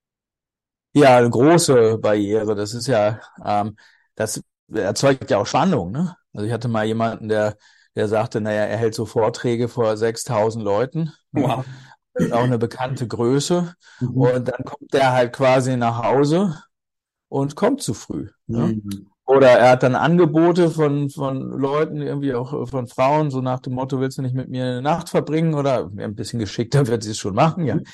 Ja, eine große Barriere. Das ist ja, ähm, das erzeugt ja auch Spannung, ne? Also ich hatte mal jemanden, der, der sagte, naja, er hält so Vorträge vor sechstausend Leuten, ne? Wow. Das ist auch eine bekannte Größe. Mhm. Und dann kommt der halt quasi nach Hause und kommt zu früh, ne? Mhm. Oder er hat dann Angebote von, von Leuten, irgendwie auch von Frauen, so nach dem Motto, willst du nicht mit mir eine Nacht verbringen? Oder ja, ein bisschen geschickter wird sie es schon machen, ja.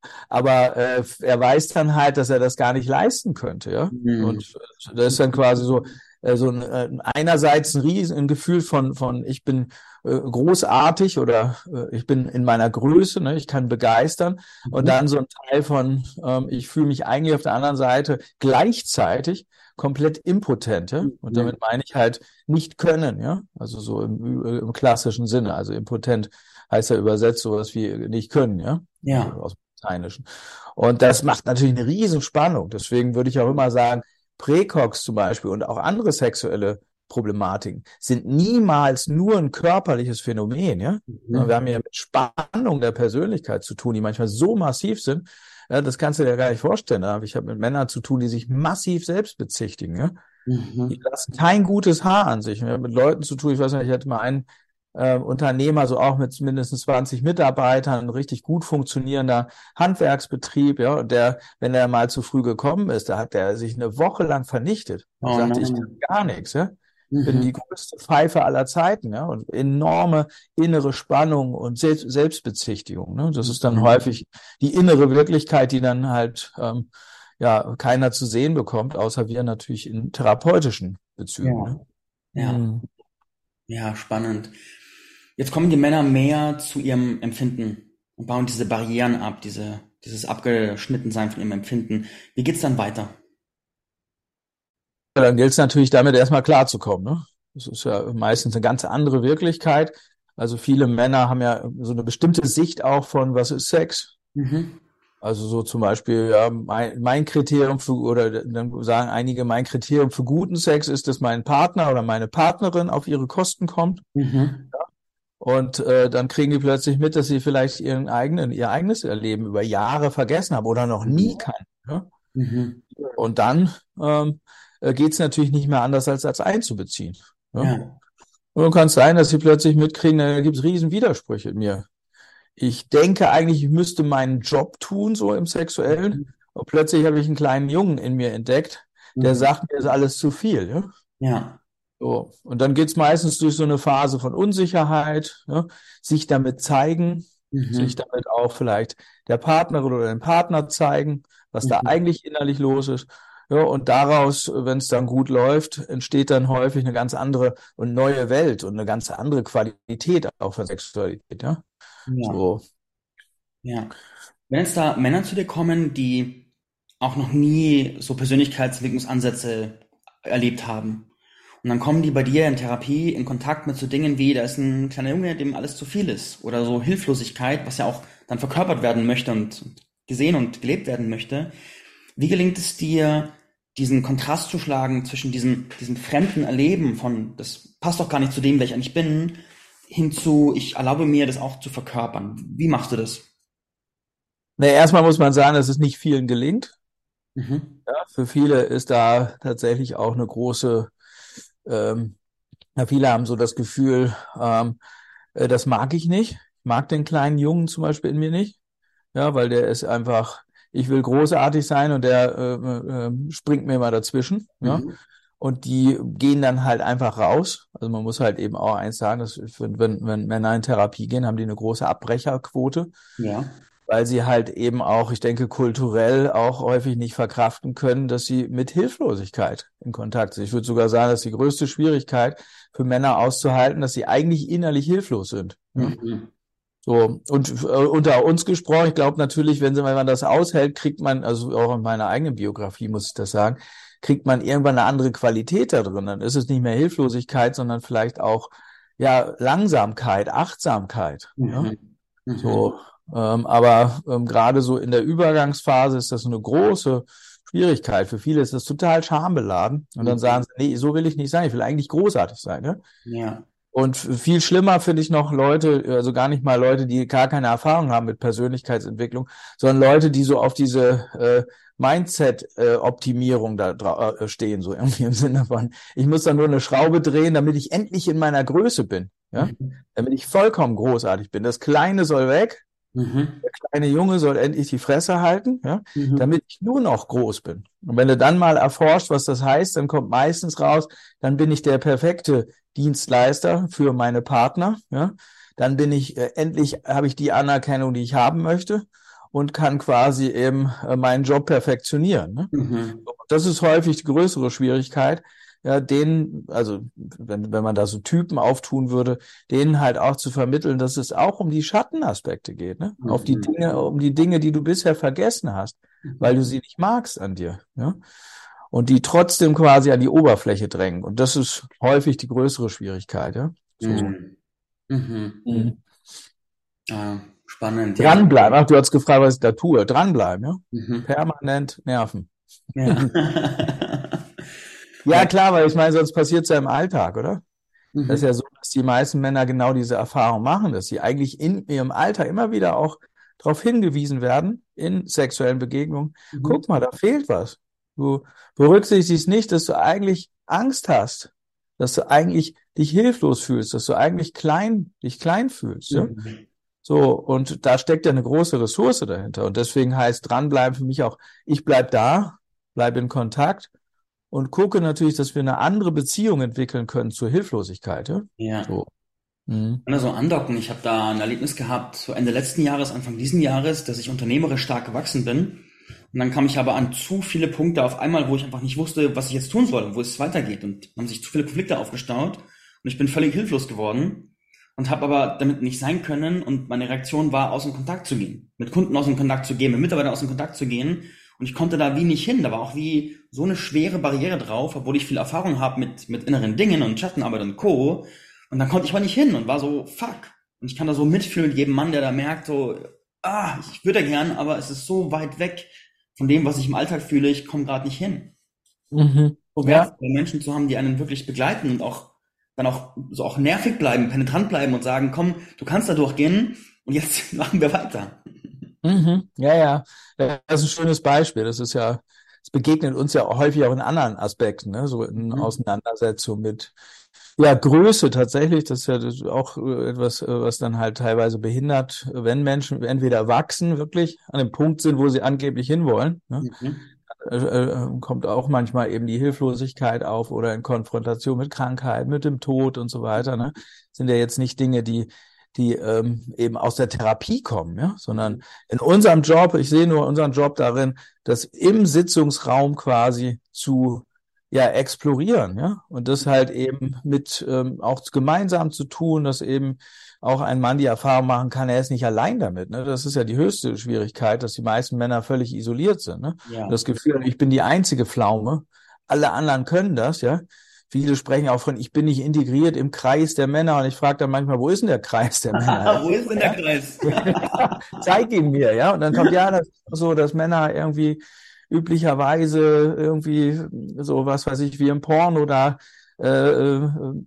Aber äh, er weiß dann halt, dass er das gar nicht leisten könnte, ja. Mhm. Und das ist dann quasi so, äh, so ein, äh, einerseits ein riesen ein Gefühl von, von ich bin äh, großartig oder äh, ich bin in meiner Größe, ne, ich kann begeistern. Und Mhm. dann so ein Teil von, ähm, ich fühle mich eigentlich auf der anderen Seite gleichzeitig komplett impotent, ja. Und Mhm. damit meine ich halt nicht können, ja. Also so im, im klassischen Sinne. Also impotent heißt ja übersetzt sowas wie nicht können, ja. Also Ja. aus dem Lateinischen. Und das macht natürlich eine riesen Spannung. Deswegen würde ich auch immer sagen, Präcox zum Beispiel und auch andere sexuelle Problematiken sind niemals nur ein körperliches Phänomen, ja. Wir Mhm. haben ja mit Spannung der Persönlichkeit zu tun, die manchmal so massiv sind, ja, das kannst du dir gar nicht vorstellen. Ja. Ich habe mit Männern zu tun, die sich massiv selbst bezichtigen, ja. Die Mhm. lassen kein gutes Haar an sich. Ich habe mit Leuten zu tun, ich weiß nicht, ich hatte mal einen äh, Unternehmer, so auch mit mindestens zwanzig Mitarbeitern, ein richtig gut funktionierender Handwerksbetrieb, ja, und der, wenn er mal zu früh gekommen ist, da hat er sich eine Woche lang vernichtet und Oh sagte, ich kann nein. gar nichts, ja. Bin Mhm. die größte Pfeife aller Zeiten, ja, und enorme innere Spannung und Selbst Selbstbezichtigung, ne. Das ist dann Mhm. häufig die innere Wirklichkeit, die dann halt, ähm, ja, keiner zu sehen bekommt, außer wir natürlich in therapeutischen Bezügen, Ja. ne. Ja. Hm. Ja, spannend. Jetzt kommen die Männer mehr zu ihrem Empfinden und bauen diese Barrieren ab, diese, dieses Abgeschnittensein von ihrem Empfinden. Wie geht's dann weiter? Ja, dann gilt es natürlich damit erstmal klarzukommen, ne? Das ist ja meistens eine ganz andere Wirklichkeit. Also viele Männer haben ja so eine bestimmte Sicht auch von, was ist Sex? Mhm. Also so zum Beispiel, ja, mein, mein Kriterium für, oder dann sagen einige, mein Kriterium für guten Sex ist, dass mein Partner oder meine Partnerin auf ihre Kosten kommt. Mhm. Und äh, dann kriegen die plötzlich mit, dass sie vielleicht ihren eigenen, ihr eigenes Erleben über Jahre vergessen haben oder noch nie Mhm. kannten. Ne? Mhm. Und dann ähm, äh, geht es natürlich nicht mehr anders, als als einzubeziehen. Ne? Ja. Und dann kann es sein, dass sie plötzlich mitkriegen, da gibt es riesen Widersprüche in mir. Ich denke eigentlich, ich müsste meinen Job tun, so im Sexuellen. Und plötzlich habe ich einen kleinen Jungen in mir entdeckt, der Mhm. sagt, mir ist alles zu viel. Ja? Ja. So. Und dann geht's meistens durch so eine Phase von Unsicherheit, ne? Sich damit zeigen, sich Mhm. damit auch vielleicht der Partnerin oder dem Partner zeigen, was da Mhm. eigentlich innerlich los ist. Ja, und daraus, wenn es dann gut läuft, entsteht dann häufig eine ganz andere und neue Welt und eine ganz andere Qualität auch von Sexualität. Ja, Ja. so. Ja. Wenn jetzt da Männer zu dir kommen, die auch noch nie so Persönlichkeitsentwicklungsansätze erlebt haben, und dann kommen die bei dir in Therapie in Kontakt mit so Dingen wie, da ist ein kleiner Junge, dem alles zu viel ist. Oder so Hilflosigkeit, was ja auch dann verkörpert werden möchte und gesehen und gelebt werden möchte. Wie gelingt es dir, diesen Kontrast zu schlagen zwischen diesem, diesem fremden Erleben von, das passt doch gar nicht zu dem, wer ich eigentlich bin, hinzu, ich erlaube mir, das auch zu verkörpern. Wie machst du das? Na, erstmal muss man sagen, dass es nicht vielen gelingt. Mhm. Ja, für viele ist da tatsächlich auch eine große ähm, Ja, viele haben so das Gefühl, ähm, äh, das mag ich nicht. Ich mag den kleinen Jungen zum Beispiel in mir nicht. Ja, weil der ist einfach, ich will großartig sein und der äh, äh, springt mir immer dazwischen. Ja. Mhm. Und die gehen dann halt einfach raus. Also man muss halt eben auch eins sagen, dass wenn, wenn, wenn Männer in Therapie gehen, haben die eine große Abbrecherquote, Ja. weil sie halt eben auch, ich denke, kulturell auch häufig nicht verkraften können, dass sie mit Hilflosigkeit in Kontakt sind. Ich würde sogar sagen, dass die größte Schwierigkeit für Männer auszuhalten, dass sie eigentlich innerlich hilflos sind. Ja? Mhm. So, und äh, unter uns gesprochen, ich glaube natürlich, wenn, sie- wenn man das aushält, kriegt man, also auch in meiner eigenen Biografie muss ich das sagen, kriegt man irgendwann eine andere Qualität da drin. Dann ist es nicht mehr Hilflosigkeit, sondern vielleicht auch ja Langsamkeit, Achtsamkeit. Ja? Mhm. Mhm. So, ähm, aber ähm, gerade so in der Übergangsphase ist das eine große Schwierigkeit. Für viele ist das total schambeladen. Und dann sagen Mhm. sie, nee, so will ich nicht sein, ich will eigentlich großartig sein. Ja? Ja. Und viel schlimmer finde ich noch Leute, also gar nicht mal Leute, die gar keine Erfahrung haben mit Persönlichkeitsentwicklung, sondern Leute, die so auf diese äh, Mindset-Optimierung da dra- äh, stehen, so irgendwie im Sinne von, ich muss da nur eine Schraube drehen, damit ich endlich in meiner Größe bin, ja, Mhm. damit ich vollkommen großartig bin. Das Kleine soll weg, Mhm. der kleine Junge soll endlich die Fresse halten, ja, Mhm. damit ich nur noch groß bin. Und wenn du dann mal erforscht, was das heißt, dann kommt meistens raus, dann bin ich der perfekte Dienstleister für meine Partner, ja. Dann bin ich äh, endlich, habe ich die Anerkennung, die ich haben möchte und kann quasi eben äh, meinen Job perfektionieren. Ne? Mhm. Das ist häufig die größere Schwierigkeit, ja, denen, also wenn, wenn man da so Typen auftun würde, denen halt auch zu vermitteln, dass es auch um die Schattenaspekte geht, ne? Auf die Mhm. Dinge, um die Dinge, die du bisher vergessen hast, weil du Mhm. sie nicht magst an dir, ja? Und die trotzdem quasi an die Oberfläche drängen. Und das ist häufig die größere Schwierigkeit, ja. So. Mhm. Mhm. Mhm. Ah, spannend, ja. Dranbleiben. Ach, du hast gefragt, was ich da tue. Dranbleiben, ja. Mhm. Permanent nerven. Ja. Ja. Ja, klar, weil ich meine, sonst passiert es ja im Alltag, oder? Das ist Mhm. ja so, dass die meisten Männer genau diese Erfahrung machen, dass sie eigentlich in ihrem Alter immer wieder auch darauf hingewiesen werden, in sexuellen Begegnungen, Mhm. guck mal, da fehlt was. Du berücksichtigst nicht, dass du eigentlich Angst hast, dass du eigentlich dich hilflos fühlst, dass du eigentlich klein, dich klein fühlst, ja? Mhm. So, und da steckt ja eine große Ressource dahinter. Und deswegen heißt dranbleiben für mich auch, ich bleib da, bleib in Kontakt und gucke natürlich, dass wir eine andere Beziehung entwickeln können zur Hilflosigkeit. Ja? Ja. So. Mhm. kann da so andocken. Ich habe da ein Erlebnis gehabt, so Ende letzten Jahres, Anfang diesen Jahres, dass ich unternehmerisch stark gewachsen bin. Und dann kam ich aber an zu viele Punkte auf einmal, wo ich einfach nicht wusste, was ich jetzt tun soll und wo es weitergeht. Und haben sich zu viele Konflikte aufgestaut. Und ich bin völlig hilflos geworden und habe aber damit nicht sein können. Und meine Reaktion war, aus dem Kontakt zu gehen. Mit Kunden aus dem Kontakt zu gehen, mit Mitarbeitern aus dem Kontakt zu gehen. Und ich konnte da wie nicht hin. Da war auch wie so eine schwere Barriere drauf, obwohl ich viel Erfahrung habe mit, mit inneren Dingen und Schattenarbeit und Co. Und dann konnte ich aber nicht hin und war so, fuck. Und ich kann da so mitfühlen mit jedem Mann, der da merkt, so, ah, ich würde gern, aber es ist so weit weg von dem, was ich im Alltag fühle, ich komme gerade nicht hin. Mhm. So Ja. wertvolle Menschen zu haben, die einen wirklich begleiten und auch dann auch so auch nervig bleiben, penetrant bleiben und sagen, komm, du kannst da durchgehen und jetzt machen wir weiter. Mhm. Ja, ja. Das ist ein schönes Beispiel. Das ist ja, es begegnet uns ja auch häufig auch in anderen Aspekten, ne? So in Mhm. Auseinandersetzung mit ja, Größe tatsächlich. Das ist ja das ist auch äh, etwas, äh, was dann halt teilweise behindert, wenn Menschen entweder wachsen, wirklich an dem Punkt sind, wo sie angeblich hinwollen, ne? Mhm. äh, äh, kommt auch manchmal eben die Hilflosigkeit auf oder in Konfrontation mit Krankheit, mit dem Tod und so weiter. Ne? Sind ja jetzt nicht Dinge, die die ähm, eben aus der Therapie kommen, ja, sondern in unserem Job, ich sehe nur unseren Job darin, das im Sitzungsraum quasi zu ja explorieren, ja, und das halt eben mit ähm, auch gemeinsam zu tun, dass eben auch ein Mann die Erfahrung machen kann, er ist nicht allein damit. Ne? Das ist ja die höchste Schwierigkeit, dass die meisten Männer völlig isoliert sind. Ne? Ja. Das Gefühl, ich bin die einzige Pflaume, alle anderen können das, ja. Viele sprechen auch von, ich bin nicht integriert im Kreis der Männer. Und ich frage dann manchmal, wo ist denn der Kreis der Männer? Wo ist denn der Ja? Kreis? Ja, zeig ihn mir, ja. Und dann kommt, ja, das ist so, dass Männer irgendwie üblicherweise irgendwie so, was weiß ich, wie im Porno da äh, äh,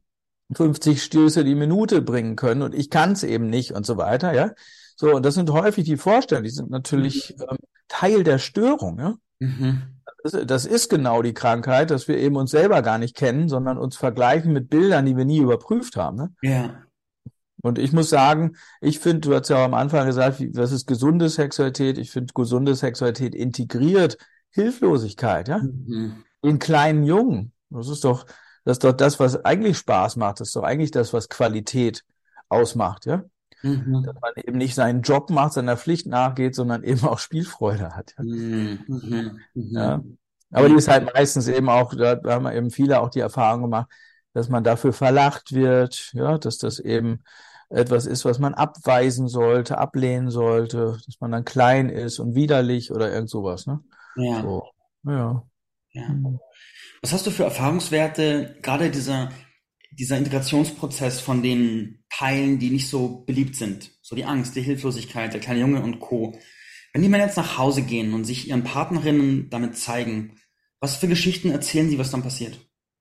fünfzig Stöße die Minute bringen können und ich kann es eben nicht und so weiter, ja. So, und das sind häufig die Vorstellungen, die sind natürlich ähm, Teil der Störung, ja. Mhm. Das, das ist genau die Krankheit, dass wir eben uns selber gar nicht kennen, sondern uns vergleichen mit Bildern, die wir nie überprüft haben, ne? Ja. Und ich muss sagen, ich finde, du hast ja auch am Anfang gesagt, wie- was ist gesunde Sexualität? Ich finde, gesunde Sexualität integriert Hilflosigkeit, ja, Mhm. den kleinen Jungen. Das ist doch, das ist doch das, was eigentlich Spaß macht. Das ist doch eigentlich das, was Qualität ausmacht, ja? Dass Mhm. man eben nicht seinen Job macht, seiner Pflicht nachgeht, sondern eben auch Spielfreude hat, ja? Mhm. Mhm. Ja. Mhm. Aber Ja. die ist halt meistens eben auch, da haben eben viele auch die Erfahrung gemacht, dass man dafür verlacht wird, ja, dass das eben etwas ist, was man abweisen sollte, ablehnen sollte, dass man dann klein ist und widerlich oder irgend sowas, ne? Ja. So, ja. Ja. Hm. Was hast du für Erfahrungswerte, gerade dieser, dieser Integrationsprozess von den Teilen, die nicht so beliebt sind? So die Angst, die Hilflosigkeit, der kleine Junge und Co. Wenn die Männer jetzt nach Hause gehen und sich ihren Partnerinnen damit zeigen, was für Geschichten erzählen sie, was dann passiert?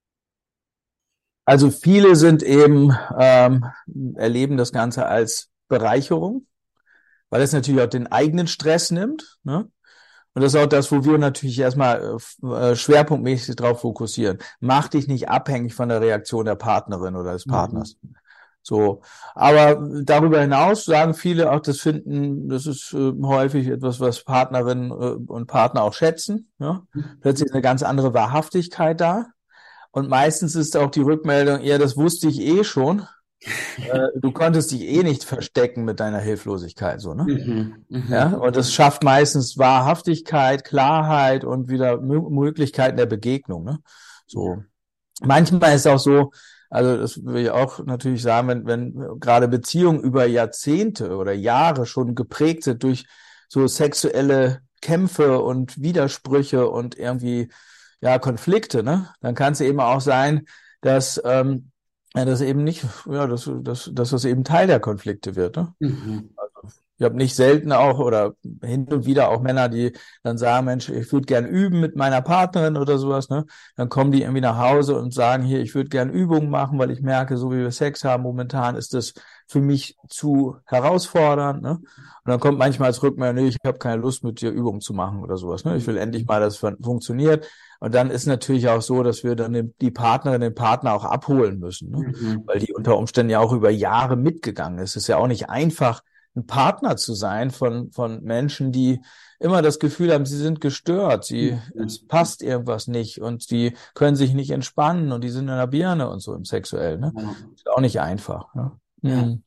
Also viele sind eben, ähm, erleben das Ganze als Bereicherung, weil es natürlich auch den eigenen Stress nimmt, ne? Und das ist auch das, wo wir natürlich erstmal äh, schwerpunktmäßig drauf fokussieren. Mach dich nicht abhängig von der Reaktion der Partnerin oder des Mhm. Partners. So. Aber darüber hinaus sagen viele auch, das finden, das ist äh, häufig etwas, was Partnerinnen äh, und Partner auch schätzen. Ja? Plötzlich ist eine ganz andere Wahrhaftigkeit da. Und meistens ist auch die Rückmeldung, ja, das wusste ich eh schon. Äh, du konntest dich eh nicht verstecken mit deiner Hilflosigkeit, so, ne? Mhm. Ja, Mhm. und das schafft meistens Wahrhaftigkeit, Klarheit und wieder Mö- Möglichkeiten der Begegnung, ne? Ja. So. Manchmal ist auch so, also das will ich auch natürlich sagen, wenn, wenn gerade Beziehungen über Jahrzehnte oder Jahre schon geprägt sind durch so sexuelle Kämpfe und Widersprüche und irgendwie, ja, Konflikte, ne? Dann kann es eben auch sein, dass, ähm, ja, das eben nicht, ja, dass, dass, dass das eben Teil der Konflikte wird, ne? Mhm. Ich habe nicht selten auch oder hin und wieder auch Männer, die dann sagen, Mensch, ich würde gern üben mit meiner Partnerin oder sowas, ne? Dann kommen die irgendwie nach Hause und sagen, hier, ich würde gern Übungen machen, weil ich merke, so wie wir Sex haben momentan, ist das für mich zu herausfordernd, ne? Und dann kommt manchmal als Rückmeldung, nee, ich habe keine Lust, mit dir Übungen zu machen oder sowas, ne? Ich will endlich mal, dass es fun- funktioniert. Und dann ist natürlich auch so, dass wir dann den, die Partnerin, den Partner auch abholen müssen, ne? Mhm. Weil die unter Umständen ja auch über Jahre mitgegangen ist. Es ist ja auch nicht einfach, ein Partner zu sein von, von Menschen, die immer das Gefühl haben, sie sind gestört, sie, Mhm. es passt irgendwas nicht und die können sich nicht entspannen und die sind in der Birne und so im Sexuell, ne? Ja. Ist auch nicht einfach, ne? Ja. Hm.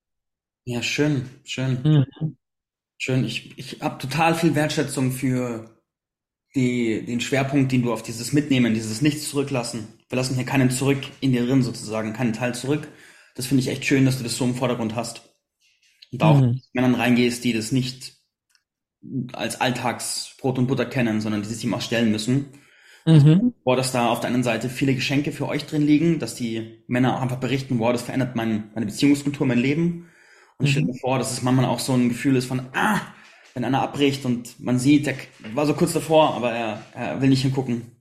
Ja, schön, schön, Hm. schön. Ich, ich habe total viel Wertschätzung für die, den Schwerpunkt, den du auf dieses Mitnehmen, dieses Nichts zurücklassen. Wir lassen hier keinen zurück in dir drin sozusagen, keinen Teil zurück. Das finde ich echt schön, dass du das so im Vordergrund hast. Und auch Hm. mit Männern reingehst, die das nicht als Alltagsbrot und Butter kennen, sondern die sich ihm auch stellen müssen. Und ich Mhm. stelle mir vor, dass da auf der anderen Seite viele Geschenke für euch drin liegen, dass die Männer auch einfach berichten, wow, das verändert mein, meine Beziehungskultur, mein Leben. Und ich stelle Mhm. mir vor, dass es manchmal auch so ein Gefühl ist von, ah, wenn einer abbricht und man sieht, der war so kurz davor, aber er, er will nicht hingucken.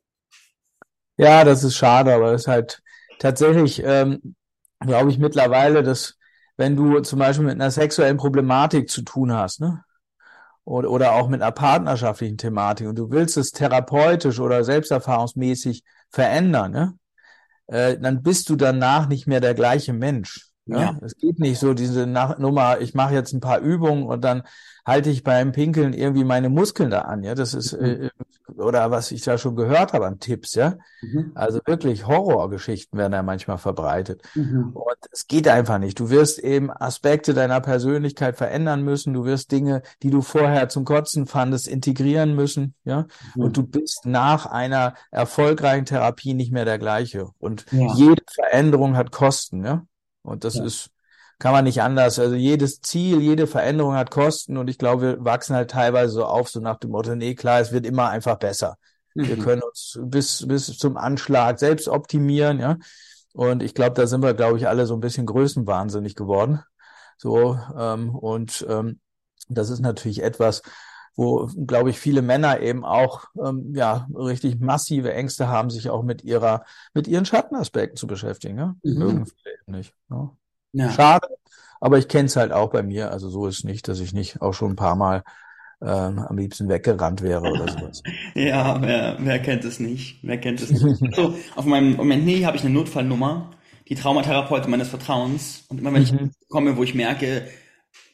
Ja, das ist schade, aber es ist halt tatsächlich, ähm, glaube ich mittlerweile, dass wenn du zum Beispiel mit einer sexuellen Problematik zu tun hast, ne? Oder, oder auch mit einer partnerschaftlichen Thematik und du willst es therapeutisch oder selbsterfahrungsmäßig verändern, ne? Äh, dann bist du danach nicht mehr der gleiche Mensch. Ja. Ja? Es geht nicht so diese Nach Nummer, ich mache jetzt ein paar Übungen und dann halte ich beim Pinkeln irgendwie meine Muskeln da an. Ja, das ist, Mhm. äh, oder was ich da schon gehört habe an Tipps, ja. Mhm. Also wirklich Horrorgeschichten werden da manchmal verbreitet. Mhm. Und es geht einfach nicht. Du wirst eben Aspekte deiner Persönlichkeit verändern müssen. Du wirst Dinge, die du vorher zum Kotzen fandest, integrieren müssen. Ja. Und du Mhm. bist nach einer erfolgreichen Therapie nicht mehr der gleiche. Und Ja. jede Veränderung hat Kosten. Ja. Und das Ja. ist, kann man nicht anders. Also jedes Ziel, jede Veränderung hat Kosten. Und ich glaube, wir wachsen halt teilweise so auf, so nach dem Motto, nee, klar, es wird immer einfach besser. Wir Mhm. können uns bis, bis zum Anschlag selbst optimieren, ja. Und ich glaube, da sind wir, glaube ich, alle so ein bisschen größenwahnsinnig geworden. So, ähm, und ähm, das ist natürlich etwas, wo, glaube ich, viele Männer eben auch ähm, ja richtig massive Ängste haben, sich auch mit ihrer, mit ihren Schattenaspekten zu beschäftigen. Ja? Mhm. Mögen viele eben nicht. Ja? Ja. Schade, aber ich kenne es halt auch bei mir. Also so ist nicht, dass ich nicht auch schon ein paar Mal ähm, am liebsten weggerannt wäre oder sowas. Ja, wer, wer kennt es nicht? Wer kennt es nicht? Also, auf meinem, auf meinem Handy habe ich eine Notfallnummer, die Traumatherapeutin meines Vertrauens. Und immer wenn ich Mhm. komme, wo ich merke,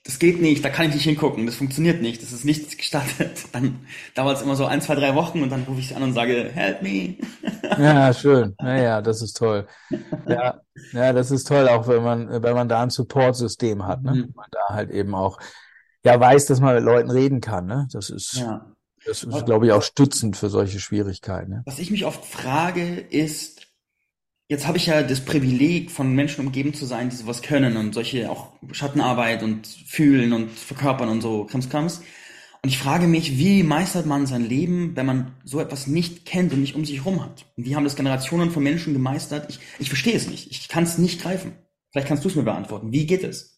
das geht nicht, da kann ich nicht hingucken, das funktioniert nicht, das ist nicht gestattet. Dann dauert es immer so ein, zwei, drei Wochen und dann rufe ich sie an und sage, help me. Ja, schön. Naja, das ist toll. Ja, ja, das ist toll, auch wenn man, wenn man da ein Support-System hat, ne? Mhm. Man da halt eben auch, ja, weiß, dass man mit Leuten reden kann, ne? Das ist, Ja. das ist, glaube ich, auch stützend für solche Schwierigkeiten, ne? Was ich mich oft frage, ist, jetzt habe ich ja das Privileg, von Menschen umgeben zu sein, die sowas können und solche auch Schattenarbeit und fühlen und verkörpern und so Krimskrams. Und ich frage mich, wie meistert man sein Leben, wenn man so etwas nicht kennt und nicht um sich herum hat? Und wie haben das Generationen von Menschen gemeistert? Ich, ich verstehe es nicht. Ich kann es nicht greifen. Vielleicht kannst du es mir beantworten. Wie geht es?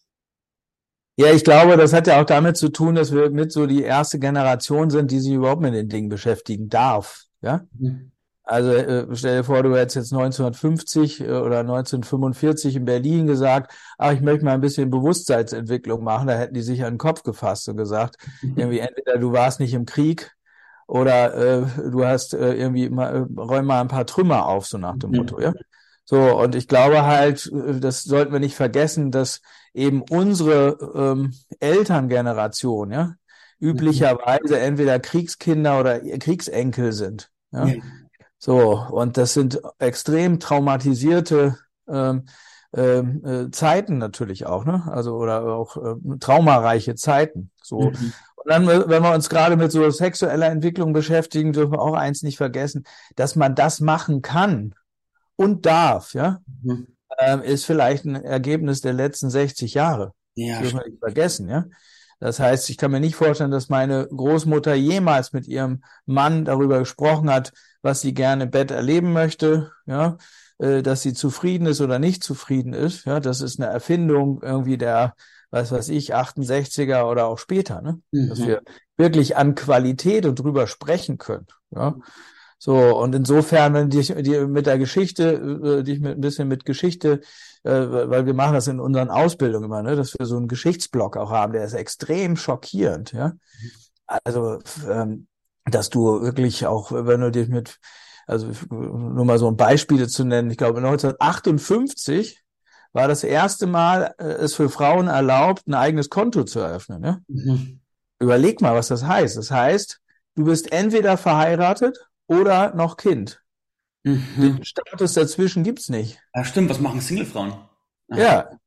Ja, ich glaube, das hat ja auch damit zu tun, dass wir mit so die erste Generation sind, die sich überhaupt mit den Dingen beschäftigen darf, ja? Mhm. Also äh, stell dir vor, du hättest jetzt neunzehnhundertfünfzig äh, oder neunzehnhundertfünfundvierzig in Berlin gesagt, ach, ich möchte mal ein bisschen Bewusstseinsentwicklung machen. Da hätten die sich an den Kopf gefasst und gesagt, irgendwie entweder du warst nicht im Krieg oder äh, du hast äh, irgendwie mal, äh, räum mal ein paar Trümmer auf, so nach dem Motto, ja. So, und ich glaube halt, äh, das sollten wir nicht vergessen, dass eben unsere ähm, Elterngeneration, ja, Mhm. üblicherweise entweder Kriegskinder oder Kriegsenkel sind, ja. Ja. So, und das sind extrem traumatisierte ähm, ähm, äh, Zeiten natürlich auch, ne? Also oder auch äh, traumareiche Zeiten. So. Mhm. Und dann, äh, wenn wir uns gerade mit so sexueller Entwicklung beschäftigen, dürfen wir auch eins nicht vergessen, dass man das machen kann und darf, ja, Mhm. ähm, ist vielleicht ein Ergebnis der letzten sechzig Jahre. Das Ja, dürfen wir stimmt. nicht vergessen, ja. Das heißt, ich kann mir nicht vorstellen, dass meine Großmutter jemals mit ihrem Mann darüber gesprochen hat, was sie gerne im Bett erleben möchte, ja, äh, dass sie zufrieden ist oder nicht zufrieden ist. Ja, das ist eine Erfindung irgendwie der, was weiß ich, achtundsechziger oder auch später, ne? Dass Mhm. wir wirklich an Qualität und drüber sprechen können. Ja. So, und insofern, wenn dich die mit der Geschichte, äh, dich mit ein bisschen mit Geschichte, äh, weil wir machen das in unseren Ausbildungen immer, ne, dass wir so einen Geschichtsblock auch haben, der ist extrem schockierend, ja. Also, ähm, dass du wirklich auch, wenn du dich mit, also nur mal so ein Beispiele zu nennen, ich glaube neunzehnhundertachtundfünfzig war das erste Mal äh, es für Frauen erlaubt, ein eigenes Konto zu eröffnen, ne? Mhm. Überleg mal, was das heißt. Das heißt, du bist entweder verheiratet oder noch Kind. Den Mhm. Status dazwischen gibt's nicht. Ja, stimmt. Was machen Singlefrauen? Aha. Ja,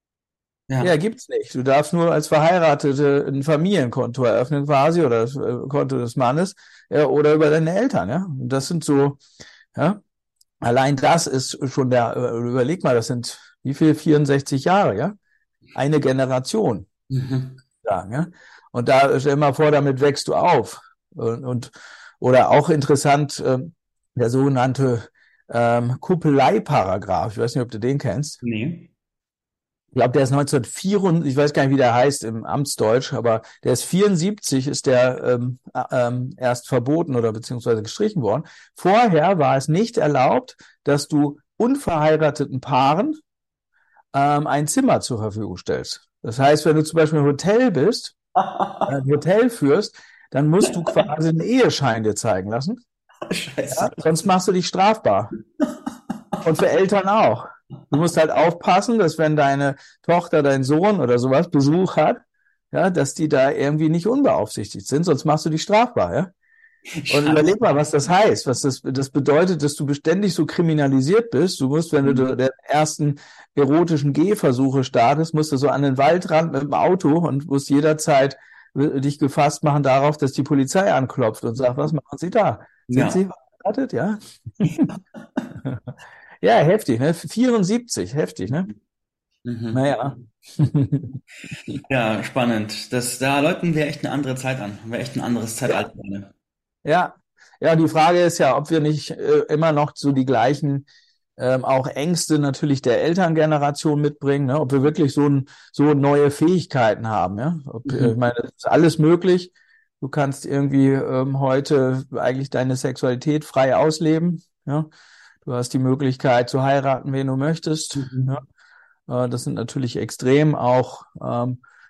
ja, Ja. gibt's nicht. Du darfst nur als Verheiratete ein Familienkonto eröffnen quasi oder das äh, Konto des Mannes, ja, oder über deine Eltern, ja. Und das sind so, ja, allein das ist schon der, äh, überleg mal, das sind wie viel? vierundsechzig Jahre, ja? Eine Generation, Mhm. sagen, ja. Und da stell dir mal vor, damit wächst du auf. Und, und oder auch interessant, ähm, der sogenannte ähm, Kuppeleiparagraph. Ich weiß nicht, ob du den kennst. Nee. Ich glaube, der ist neunzehnhundertvierundsiebzig, ich weiß gar nicht, wie der heißt im Amtsdeutsch, aber der ist vierundsiebzig, ist der ähm, äh, ähm, erst verboten oder beziehungsweise gestrichen worden. Vorher war es nicht erlaubt, dass du unverheirateten Paaren ähm, ein Zimmer zur Verfügung stellst. Das heißt, wenn du zum Beispiel im Hotel bist, ein Hotel führst, dann musst du quasi einen Eheschein dir zeigen lassen. Scheiße. Ja? Sonst machst du dich strafbar. Und für Eltern auch. Du musst halt aufpassen, dass wenn deine Tochter, dein Sohn oder sowas Besuch hat, ja, dass die da irgendwie nicht unbeaufsichtigt sind, sonst machst du dich strafbar, ja. Und Scheiße. überleg mal, was das heißt. Was das, das bedeutet, dass du beständig so kriminalisiert bist. Du musst, wenn du den ersten erotischen Gehversuche startest, musst du so an den Waldrand mit dem Auto und musst jederzeit dich gefasst machen darauf, dass die Polizei anklopft und sagt, was machen Sie da? Sind Ja. Sie verheiratet? Ja. Ja, heftig, ne? vierundsiebzig, heftig, ne? Mhm. Naja. Ja, spannend. Das, da läuten wir echt eine andere Zeit an. Haben wir echt ein anderes Ja, Zeitalter gerade. ja. Ja, die Frage ist ja, ob wir nicht äh, immer noch so die gleichen ähm, auch Ängste natürlich der Elterngeneration mitbringen, ne? Ob wir wirklich so, ein, so neue Fähigkeiten haben, ja? Ob, äh, ich Mhm. meine, das ist alles möglich. Du kannst irgendwie ähm, heute eigentlich deine Sexualität frei ausleben, ja? Du hast die Möglichkeit zu heiraten, wen du möchtest, ja? Mhm. Äh, das sind natürlich extrem auch ähm,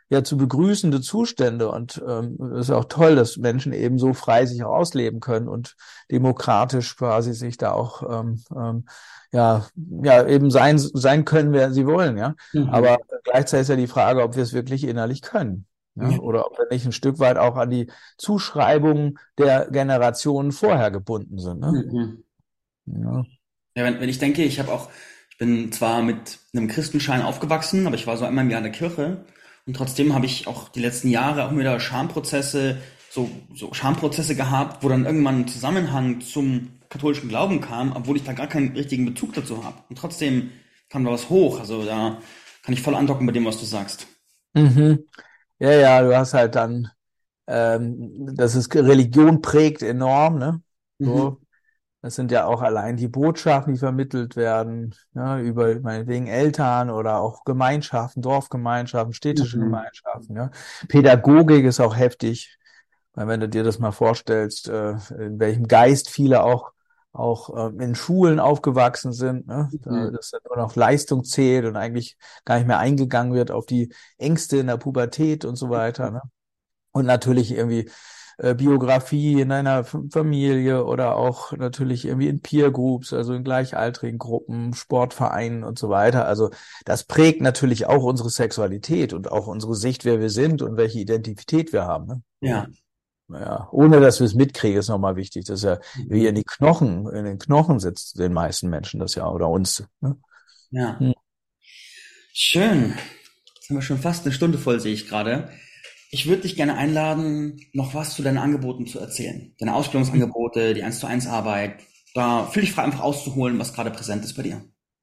ja zu begrüßende Zustände. Und ähm, es ist auch toll, dass Menschen eben so frei sich auch ausleben können und demokratisch quasi sich da auch ähm, ähm, ja ja eben sein sein können, wer sie wollen, ja. Aber Mhm. gleichzeitig ist ja die Frage, ob wir es wirklich innerlich können. Ja, Ja. oder ob wir nicht ein Stück weit auch an die Zuschreibungen der Generationen vorher gebunden sind. Ne? Mhm. Ja. Ja, wenn, wenn ich denke, ich habe auch, ich bin zwar mit einem Christenschein aufgewachsen, aber ich war so einmal im Jahr in der Kirche und trotzdem habe ich auch die letzten Jahre auch wieder Schamprozesse, so, so Schamprozesse gehabt, wo dann irgendwann ein Zusammenhang zum katholischen Glauben kam, obwohl ich da gar keinen richtigen Bezug dazu habe. Und trotzdem kam da was hoch. Also da kann ich voll andocken bei dem, was du sagst. Mhm. Ja, ja, du hast halt dann, ähm, das ist Religion prägt enorm, ne? Mhm. So, das sind ja auch allein die Botschaften, die vermittelt werden, ja, über meinetwegen Eltern oder auch Gemeinschaften, Dorfgemeinschaften, städtische Mhm. Gemeinschaften, ja. Pädagogik ist auch heftig. Weil wenn du dir das mal vorstellst, äh, in welchem Geist viele auch auch äh, in Schulen aufgewachsen sind, ne? Da, Mhm. dass dann nur noch Leistung zählt und eigentlich gar nicht mehr eingegangen wird auf die Ängste in der Pubertät und so weiter, ne? Und natürlich irgendwie äh, Biografie in einer F- Familie oder auch natürlich irgendwie in Peer Groups, also in gleichaltrigen Gruppen, Sportvereinen und so weiter. Also das prägt natürlich auch unsere Sexualität und auch unsere Sicht, wer wir sind und welche Identität wir haben, ne? Ja. So. Ja, ohne dass wir es mitkriegen, ist nochmal wichtig. Das ist ja wie Mhm. in die Knochen, in den Knochen sitzt den meisten Menschen das ja oder uns. Ne? Ja. Hm. Schön. Jetzt haben wir schon fast eine Stunde voll, sehe ich gerade. Ich würde dich gerne einladen, noch was zu deinen Angeboten zu erzählen. Deine Ausbildungsangebote, die eins zu eins Arbeit. Da fühle ich frei, einfach auszuholen, was gerade präsent ist bei dir.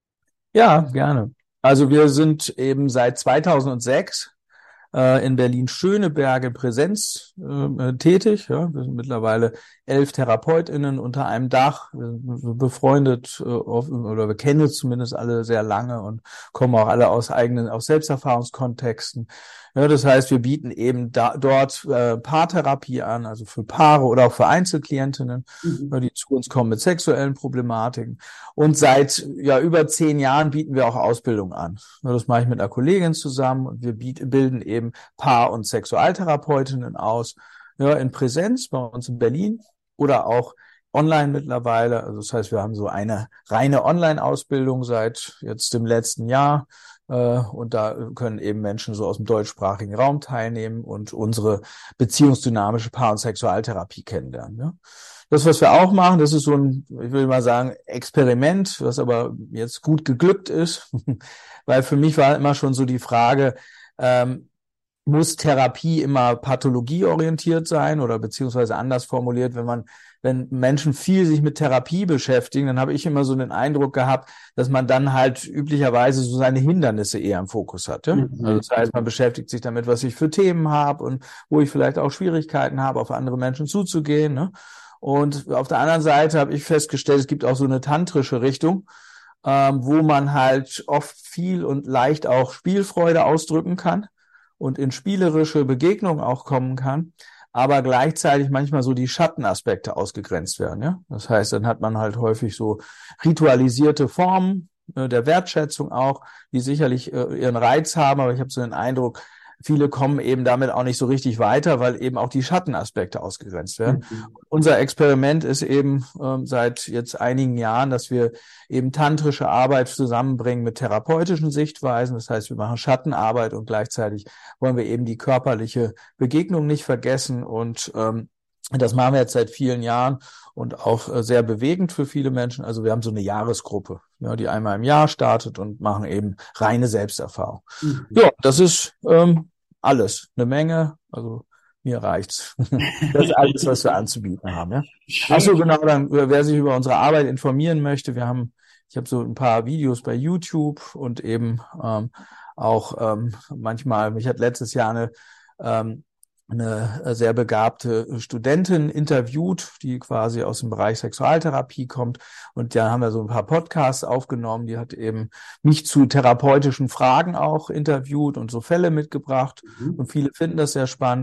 Ja, gerne. Also wir sind eben seit zweitausendsechs äh, in Berlin-Schöneberg in Präsenz äh, tätig. Ja. Wir sind mittlerweile elf TherapeutInnen unter einem Dach. Wir sind befreundet äh, auf, oder wir kennen uns zumindest alle sehr lange und kommen auch alle aus eigenen, aus Selbsterfahrungskontexten. Ja, das heißt, wir bieten eben da, dort äh, Paartherapie an, also für Paare oder auch für Einzelklientinnen, Mhm. ja, die zu uns kommen mit sexuellen Problematiken. Und seit ja über zehn Jahren bieten wir auch Ausbildung an. Ja, das mache ich mit einer Kollegin zusammen und wir bieten, bilden eben Paar- und Sexualtherapeutinnen aus, ja, in Präsenz bei uns in Berlin oder auch online mittlerweile. Also das heißt, wir haben so eine reine Online-Ausbildung seit jetzt dem letzten Jahr. Äh, Und da können eben Menschen so aus dem deutschsprachigen Raum teilnehmen und unsere beziehungsdynamische Paar- und Sexualtherapie kennenlernen. Ja. Das, was wir auch machen, das ist so ein, ich will mal sagen, Experiment, was aber jetzt gut geglückt ist, weil für mich war immer schon so die Frage, ähm, muss Therapie immer pathologieorientiert sein oder beziehungsweise anders formuliert, wenn man, wenn Menschen viel sich mit Therapie beschäftigen, dann habe ich immer so den Eindruck gehabt, dass man dann halt üblicherweise so seine Hindernisse eher im Fokus hat. Ja? Also Mhm. das heißt, man beschäftigt sich damit, was ich für Themen habe und wo ich vielleicht auch Schwierigkeiten habe, auf andere Menschen zuzugehen. Ne? Und auf der anderen Seite habe ich festgestellt, es gibt auch so eine tantrische Richtung, ähm, wo man halt oft viel und leicht auch Spielfreude ausdrücken kann und in spielerische Begegnungen auch kommen kann, aber gleichzeitig manchmal so die Schattenaspekte ausgegrenzt werden. Ja? Das heißt, dann hat man halt häufig so ritualisierte Formen äh, der Wertschätzung auch, die sicherlich äh, ihren Reiz haben, aber ich habe so den Eindruck, viele kommen eben damit auch nicht so richtig weiter, weil eben auch die Schattenaspekte ausgegrenzt werden. Mhm. Unser Experiment ist eben ähm, seit jetzt einigen Jahren, dass wir eben tantrische Arbeit zusammenbringen mit therapeutischen Sichtweisen. Das heißt, wir machen Schattenarbeit und gleichzeitig wollen wir eben die körperliche Begegnung nicht vergessen. Und ähm, das machen wir jetzt seit vielen Jahren und auch äh, sehr bewegend für viele Menschen. Also wir haben so eine Jahresgruppe, ja, die einmal im Jahr startet und machen eben reine Selbsterfahrung. Mhm. Ja, das ist ähm, alles, eine Menge. Also mir reicht's. Das ist alles, was wir anzubieten haben, ja. Ach Schön. so, genau, dann, äh, wer sich über unsere Arbeit informieren möchte, wir haben, ich habe so ein paar Videos bei YouTube und eben ähm, auch ähm, manchmal, mich hat letztes Jahr eine, ähm, eine sehr begabte Studentin interviewt, die quasi aus dem Bereich Sexualtherapie kommt. Und da haben wir so ein paar Podcasts aufgenommen. Die hat eben mich zu therapeutischen Fragen auch interviewt und so Fälle mitgebracht. Mhm. Und viele finden das sehr spannend.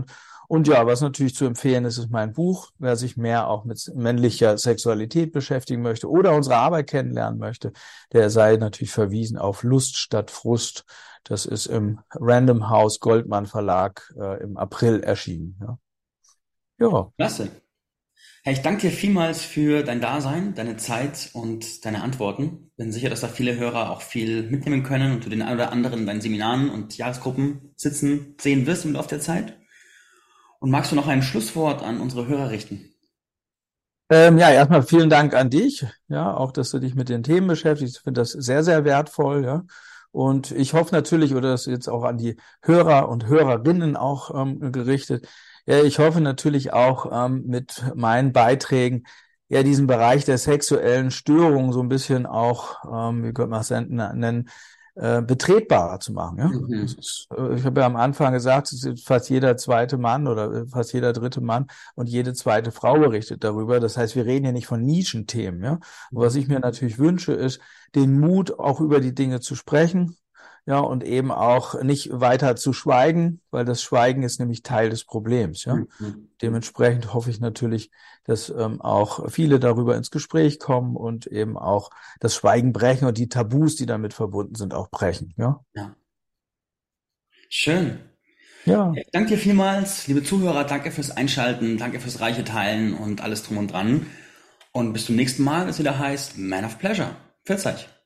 Und ja, was natürlich zu empfehlen ist, ist mein Buch. Wer sich mehr auch mit männlicher Sexualität beschäftigen möchte oder unsere Arbeit kennenlernen möchte, der sei natürlich verwiesen auf Lust statt Frust. Das ist im Random House Goldmann Verlag äh, im April erschienen. Ja. Ja. Klasse. Hey, ich danke dir vielmals für dein Dasein, deine Zeit und deine Antworten. Bin sicher, dass da viele Hörer auch viel mitnehmen können und du den einen oder anderen in deinen Seminaren und Jahresgruppen sitzen sehen wirst im Laufe der Zeit. Und magst du noch ein Schlusswort an unsere Hörer richten? Ähm, ja, erstmal vielen Dank an dich, ja, auch, dass du dich mit den Themen beschäftigst. Ich finde das sehr, sehr wertvoll, ja. Und ich hoffe natürlich, oder das ist jetzt auch an die Hörer und Hörerinnen auch ähm, gerichtet, ja, ich hoffe natürlich auch ähm, mit meinen Beiträgen ja diesen Bereich der sexuellen Störungen so ein bisschen auch, ähm, wie könnte man es nennen, äh, betretbarer zu machen. Ja? Das Mhm. ist, äh, ich habe ja am Anfang gesagt, es ist fast jeder zweite Mann oder fast jeder dritte Mann und jede zweite Frau berichtet darüber. Das heißt, wir reden ja nicht von Nischenthemen. Ja? Und was ich mir natürlich wünsche, ist, den Mut, auch über die Dinge zu sprechen. Ja, und eben auch nicht weiter zu schweigen, weil das Schweigen ist nämlich Teil des Problems. Ja, Mhm. dementsprechend hoffe ich natürlich, dass ähm, auch viele darüber ins Gespräch kommen und eben auch das Schweigen brechen und die Tabus, die damit verbunden sind, auch brechen. Ja, Ja, schön. ja, Ja, danke dir vielmals, liebe Zuhörer, danke fürs Einschalten, danke fürs reiche Teilen und alles drum und dran. Und bis zum nächsten Mal, es wieder heißt Man of Pleasure. Pfiat euch.